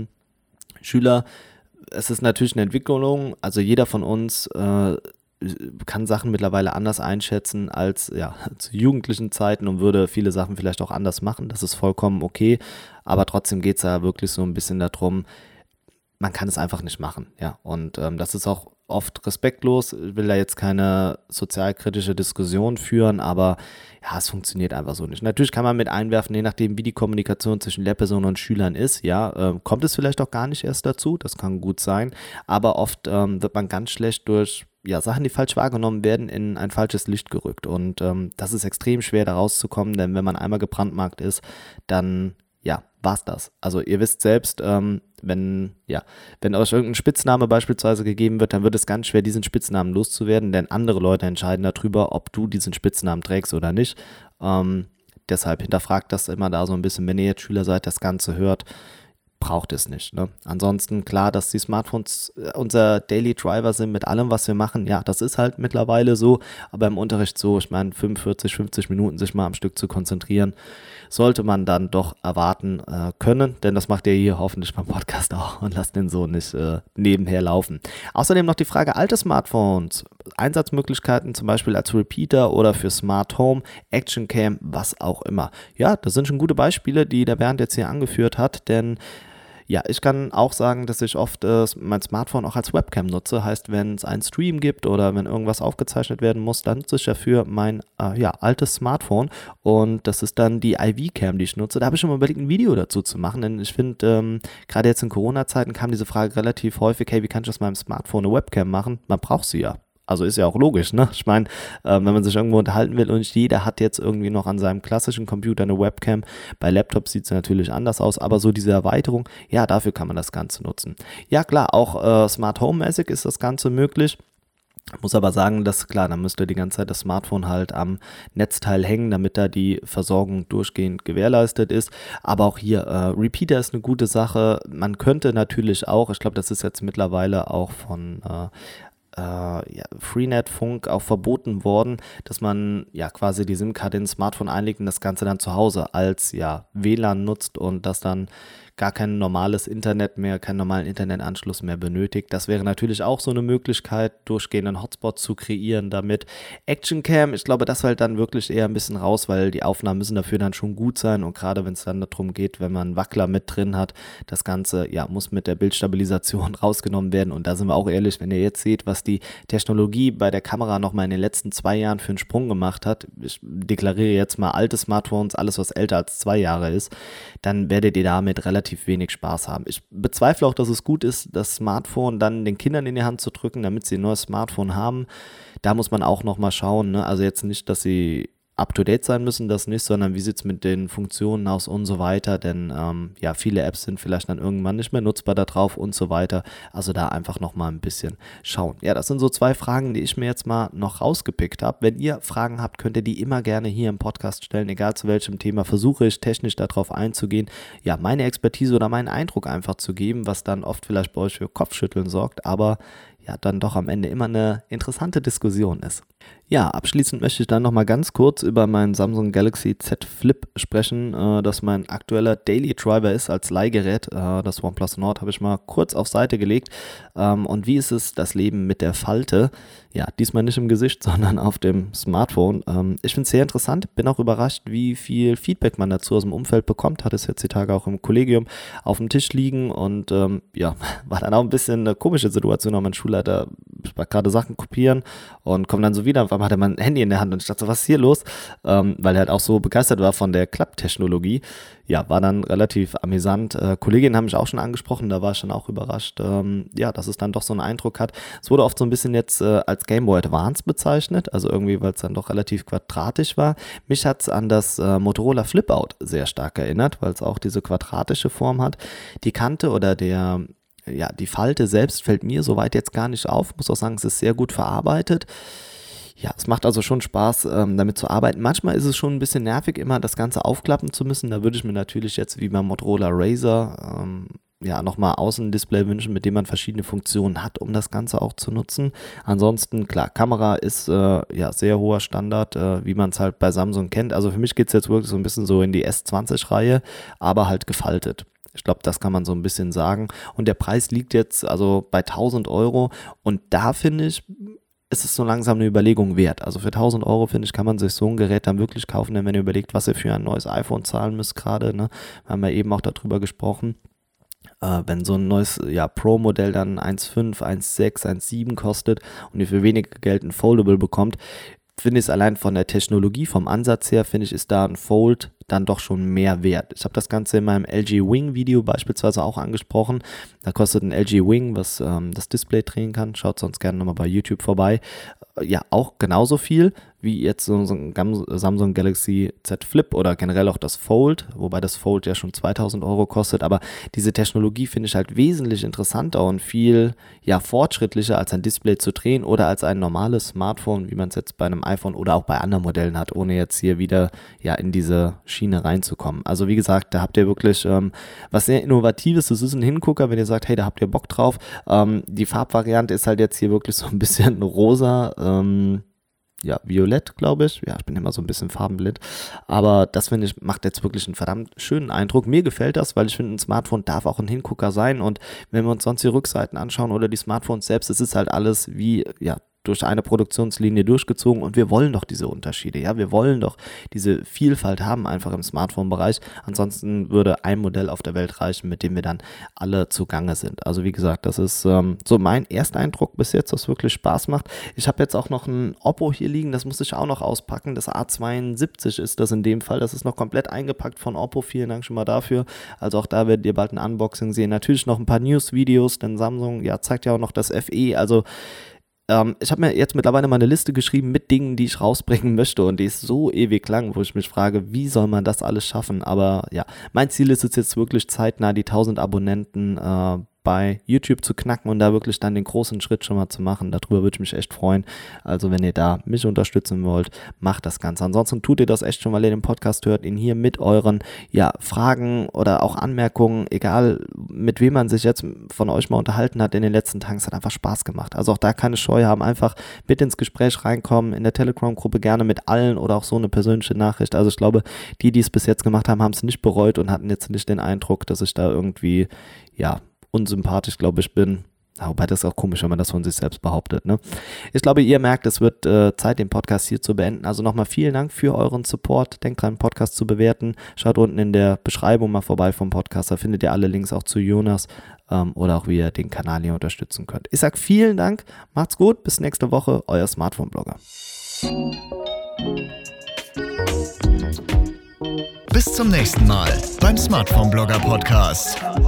Schüler, es ist natürlich eine Entwicklung, also jeder von uns kann Sachen mittlerweile anders einschätzen als zu jugendlichen Zeiten und würde viele Sachen vielleicht auch anders machen, das ist vollkommen okay, aber trotzdem geht es ja wirklich so ein bisschen darum, man kann es einfach nicht machen, ja, und das ist auch oft respektlos, ich will da jetzt keine sozialkritische Diskussion führen, aber ja, es funktioniert einfach so nicht. Natürlich kann man mit einwerfen, je nachdem, wie die Kommunikation zwischen Lehrpersonen und Schülern ist, kommt es vielleicht auch gar nicht erst dazu, das kann gut sein, aber oft wird man ganz schlecht durch Sachen, die falsch wahrgenommen werden, in ein falsches Licht gerückt. Und das ist extrem schwer, da rauszukommen, denn wenn man einmal gebrandmarkt ist, dann war's das. Also ihr wisst selbst, wenn euch irgendein Spitzname beispielsweise gegeben wird, dann wird es ganz schwer, diesen Spitznamen loszuwerden, denn andere Leute entscheiden darüber, ob du diesen Spitznamen trägst oder nicht. Deshalb hinterfragt das immer da so ein bisschen, wenn ihr jetzt Schüler seid, das Ganze hört, braucht es nicht. Ne? Ansonsten klar, dass die Smartphones unser Daily Driver sind mit allem, was wir machen. Ja, das ist halt mittlerweile so, aber im Unterricht so, ich meine 45, 50 Minuten sich mal am Stück zu konzentrieren, sollte man dann doch erwarten können, denn das macht ihr hier hoffentlich beim Podcast auch und lasst den so nicht nebenher laufen. Außerdem noch die Frage, alte Smartphones, Einsatzmöglichkeiten zum Beispiel als Repeater oder für Smart Home, Action Cam, was auch immer. Ja, das sind schon gute Beispiele, die der Bernd jetzt hier angeführt hat, denn ja, ich kann auch sagen, dass ich oft mein Smartphone auch als Webcam nutze. Heißt, wenn es einen Stream gibt oder wenn irgendwas aufgezeichnet werden muss, dann nutze ich dafür mein altes Smartphone. Und das ist dann die IV-Cam, die ich nutze. Da habe ich schon mal überlegt, ein Video dazu zu machen. Denn ich finde, gerade jetzt in Corona-Zeiten kam diese Frage relativ häufig, hey, wie kann ich aus meinem Smartphone eine Webcam machen? Man braucht sie ja. Also ist ja auch logisch, ne? Ich meine, wenn man sich irgendwo unterhalten will und nicht jeder hat jetzt irgendwie noch an seinem klassischen Computer eine Webcam. Bei Laptops sieht es natürlich anders aus, aber so diese Erweiterung, ja, dafür kann man das Ganze nutzen. Ja klar, auch Smart Home-mäßig ist das Ganze möglich. Muss aber sagen, dass klar, dann müsste die ganze Zeit das Smartphone halt am Netzteil hängen, damit da die Versorgung durchgehend gewährleistet ist. Aber auch hier, Repeater ist eine gute Sache. Man könnte natürlich auch, ich glaube, das ist jetzt mittlerweile auch von Freenet-Funk auch verboten worden, dass man quasi die SIM-Karte ins Smartphone einlegt und das Ganze dann zu Hause als WLAN nutzt und das dann gar kein normales Internet mehr, keinen normalen Internetanschluss mehr benötigt. Das wäre natürlich auch so eine Möglichkeit, durchgehenden Hotspot zu kreieren damit. Action Cam, ich glaube, das fällt dann wirklich eher ein bisschen raus, weil die Aufnahmen müssen dafür dann schon gut sein und gerade wenn es dann darum geht, wenn man einen Wackler mit drin hat, das Ganze muss mit der Bildstabilisation rausgenommen werden und da sind wir auch ehrlich, wenn ihr jetzt seht, was die Technologie bei der Kamera nochmal in den letzten 2 Jahren für einen Sprung gemacht hat, ich deklariere jetzt mal alte Smartphones, alles was älter als 2 Jahre ist, dann werdet ihr damit relativ wenig Spaß haben. Ich bezweifle auch, dass es gut ist, das Smartphone dann den Kindern in die Hand zu drücken, damit sie ein neues Smartphone haben. Da muss man auch nochmal schauen, ne? Also jetzt nicht, dass sie up-to-date sein müssen, das nicht, sondern wie sieht es mit den Funktionen aus und so weiter, denn viele Apps sind vielleicht dann irgendwann nicht mehr nutzbar da drauf und so weiter, also da einfach nochmal ein bisschen schauen. Ja, das sind so 2 Fragen, die ich mir jetzt mal noch rausgepickt habe. Wenn ihr Fragen habt, könnt ihr die immer gerne hier im Podcast stellen, egal zu welchem Thema, versuche ich technisch darauf einzugehen, meine Expertise oder meinen Eindruck einfach zu geben, was dann oft vielleicht bei euch für Kopfschütteln sorgt, aber dann doch am Ende immer eine interessante Diskussion ist. Ja, abschließend möchte ich dann nochmal ganz kurz über meinen Samsung Galaxy Z Flip sprechen, das mein aktueller Daily Driver ist als Leihgerät. Das OnePlus Nord habe ich mal kurz auf Seite gelegt. Und wie ist es, das Leben mit der Falte? Ja, diesmal nicht im Gesicht, sondern auf dem Smartphone. Ich finde es sehr interessant, bin auch überrascht, wie viel Feedback man dazu aus dem Umfeld bekommt. Hatte es jetzt die Tage auch im Kollegium auf dem Tisch liegen und war dann auch ein bisschen eine komische Situation. Auch mein Schulleiter war gerade Sachen kopieren und kommt dann so wieder, auf einmal hat er mein Handy in der Hand und ich dachte so, was ist hier los? Weil er halt auch so begeistert war von der Klapptechnologie. Ja, war dann relativ amüsant. Kolleginnen haben mich auch schon angesprochen, da war ich dann auch überrascht, dass es dann doch so einen Eindruck hat. Es wurde oft so ein bisschen jetzt als Game Boy Advance bezeichnet, also irgendwie, weil es dann doch relativ quadratisch war. Mich hat es an das Motorola Flip-Out sehr stark erinnert, weil es auch diese quadratische Form hat. Die Kante oder die Falte selbst fällt mir soweit jetzt gar nicht auf. Muss auch sagen, es ist sehr gut verarbeitet. Ja, es macht also schon Spaß, damit zu arbeiten. Manchmal ist es schon ein bisschen nervig, immer das Ganze aufklappen zu müssen. Da würde ich mir natürlich jetzt wie beim Motorola Razr nochmal Außendisplay wünschen, mit dem man verschiedene Funktionen hat, um das Ganze auch zu nutzen. Ansonsten, klar, Kamera ist sehr hoher Standard, wie man es halt bei Samsung kennt. Also für mich geht es jetzt wirklich so ein bisschen so in die S20-Reihe, aber halt gefaltet. Ich glaube, das kann man so ein bisschen sagen. Und der Preis liegt jetzt also bei 1.000 Euro und da finde ich, ist es so langsam eine Überlegung wert. Also für 1.000 Euro, finde ich, kann man sich so ein Gerät dann wirklich kaufen, denn wenn ihr überlegt, was ihr für ein neues iPhone zahlen müsst gerade, ne, haben wir eben auch darüber gesprochen, wenn so ein neues Pro-Modell dann 1,5, 1,6, 1,7 kostet und ihr für weniger Geld ein Foldable bekommt, finde ich es allein von der Technologie, vom Ansatz her, finde ich, ist da ein Fold dann doch schon mehr wert. Ich habe das Ganze in meinem LG Wing Video beispielsweise auch angesprochen. Da kostet ein LG Wing, was das Display drehen kann, schaut sonst gerne nochmal bei YouTube vorbei, ja auch genauso viel wie jetzt so ein Samsung Galaxy Z Flip oder generell auch das Fold, wobei das Fold ja schon 2.000 € kostet, aber diese Technologie finde ich halt wesentlich interessanter und viel fortschrittlicher als ein Display zu drehen oder als ein normales Smartphone, wie man es jetzt bei einem iPhone oder auch bei anderen Modellen hat, ohne jetzt hier wieder in diese Schiene reinzukommen. Also wie gesagt, da habt ihr wirklich was sehr Innovatives, das ist ein Hingucker, wenn ihr sagt, hey, da habt ihr Bock drauf. Die Farbvariante ist halt jetzt hier wirklich so ein bisschen rosa, violett, glaube ich. Ja, ich bin immer so ein bisschen farbenblind. Aber das, finde ich, macht jetzt wirklich einen verdammt schönen Eindruck. Mir gefällt das, weil ich finde, ein Smartphone darf auch ein Hingucker sein. Und wenn wir uns sonst die Rückseiten anschauen oder die Smartphones selbst, es ist halt alles wie, durch eine Produktionslinie durchgezogen und wir wollen doch diese Unterschiede, wir wollen doch diese Vielfalt haben einfach im Smartphone-Bereich, ansonsten würde ein Modell auf der Welt reichen, mit dem wir dann alle zugange sind. Also wie gesagt, das ist so mein Ersteindruck bis jetzt, was wirklich Spaß macht. Ich habe jetzt auch noch ein Oppo hier liegen, das muss ich auch noch auspacken, das A72 ist das in dem Fall, das ist noch komplett eingepackt von Oppo, vielen Dank schon mal dafür, also auch da werdet ihr bald ein Unboxing sehen, natürlich noch ein paar News-Videos, denn Samsung zeigt ja auch noch das FE, also ich habe mir jetzt mittlerweile mal eine Liste geschrieben mit Dingen, die ich rausbringen möchte und die ist so ewig lang, wo ich mich frage, wie soll man das alles schaffen? Aber mein Ziel ist es jetzt wirklich zeitnah, die 1000 Abonnenten bei YouTube zu knacken und da wirklich dann den großen Schritt schon mal zu machen. Darüber würde ich mich echt freuen. Also wenn ihr da mich unterstützen wollt, macht das Ganze. Ansonsten tut ihr das echt schon, weil ihr den Podcast hört, ihn hier mit euren Fragen oder auch Anmerkungen, egal mit wem man sich jetzt von euch mal unterhalten hat in den letzten Tagen, es hat einfach Spaß gemacht. Also auch da keine Scheu haben, einfach mit ins Gespräch reinkommen, in der Telegram-Gruppe gerne mit allen oder auch so eine persönliche Nachricht. Also ich glaube, die es bis jetzt gemacht haben, haben es nicht bereut und hatten jetzt nicht den Eindruck, dass ich da irgendwie, unsympathisch, glaube ich, bin. Wobei das ist auch komisch, wenn man das von sich selbst behauptet, ne? Ich glaube, ihr merkt, es wird Zeit, den Podcast hier zu beenden. Also nochmal vielen Dank für euren Support. Denkt dran, den Podcast zu bewerten. Schaut unten in der Beschreibung mal vorbei vom Podcast. Da findet ihr alle Links auch zu Jonas oder auch wie ihr den Kanal hier unterstützen könnt. Ich sage vielen Dank. Macht's gut. Bis nächste Woche. Euer Smartphone-Blogger. Bis zum nächsten Mal beim Smartphone-Blogger Podcast.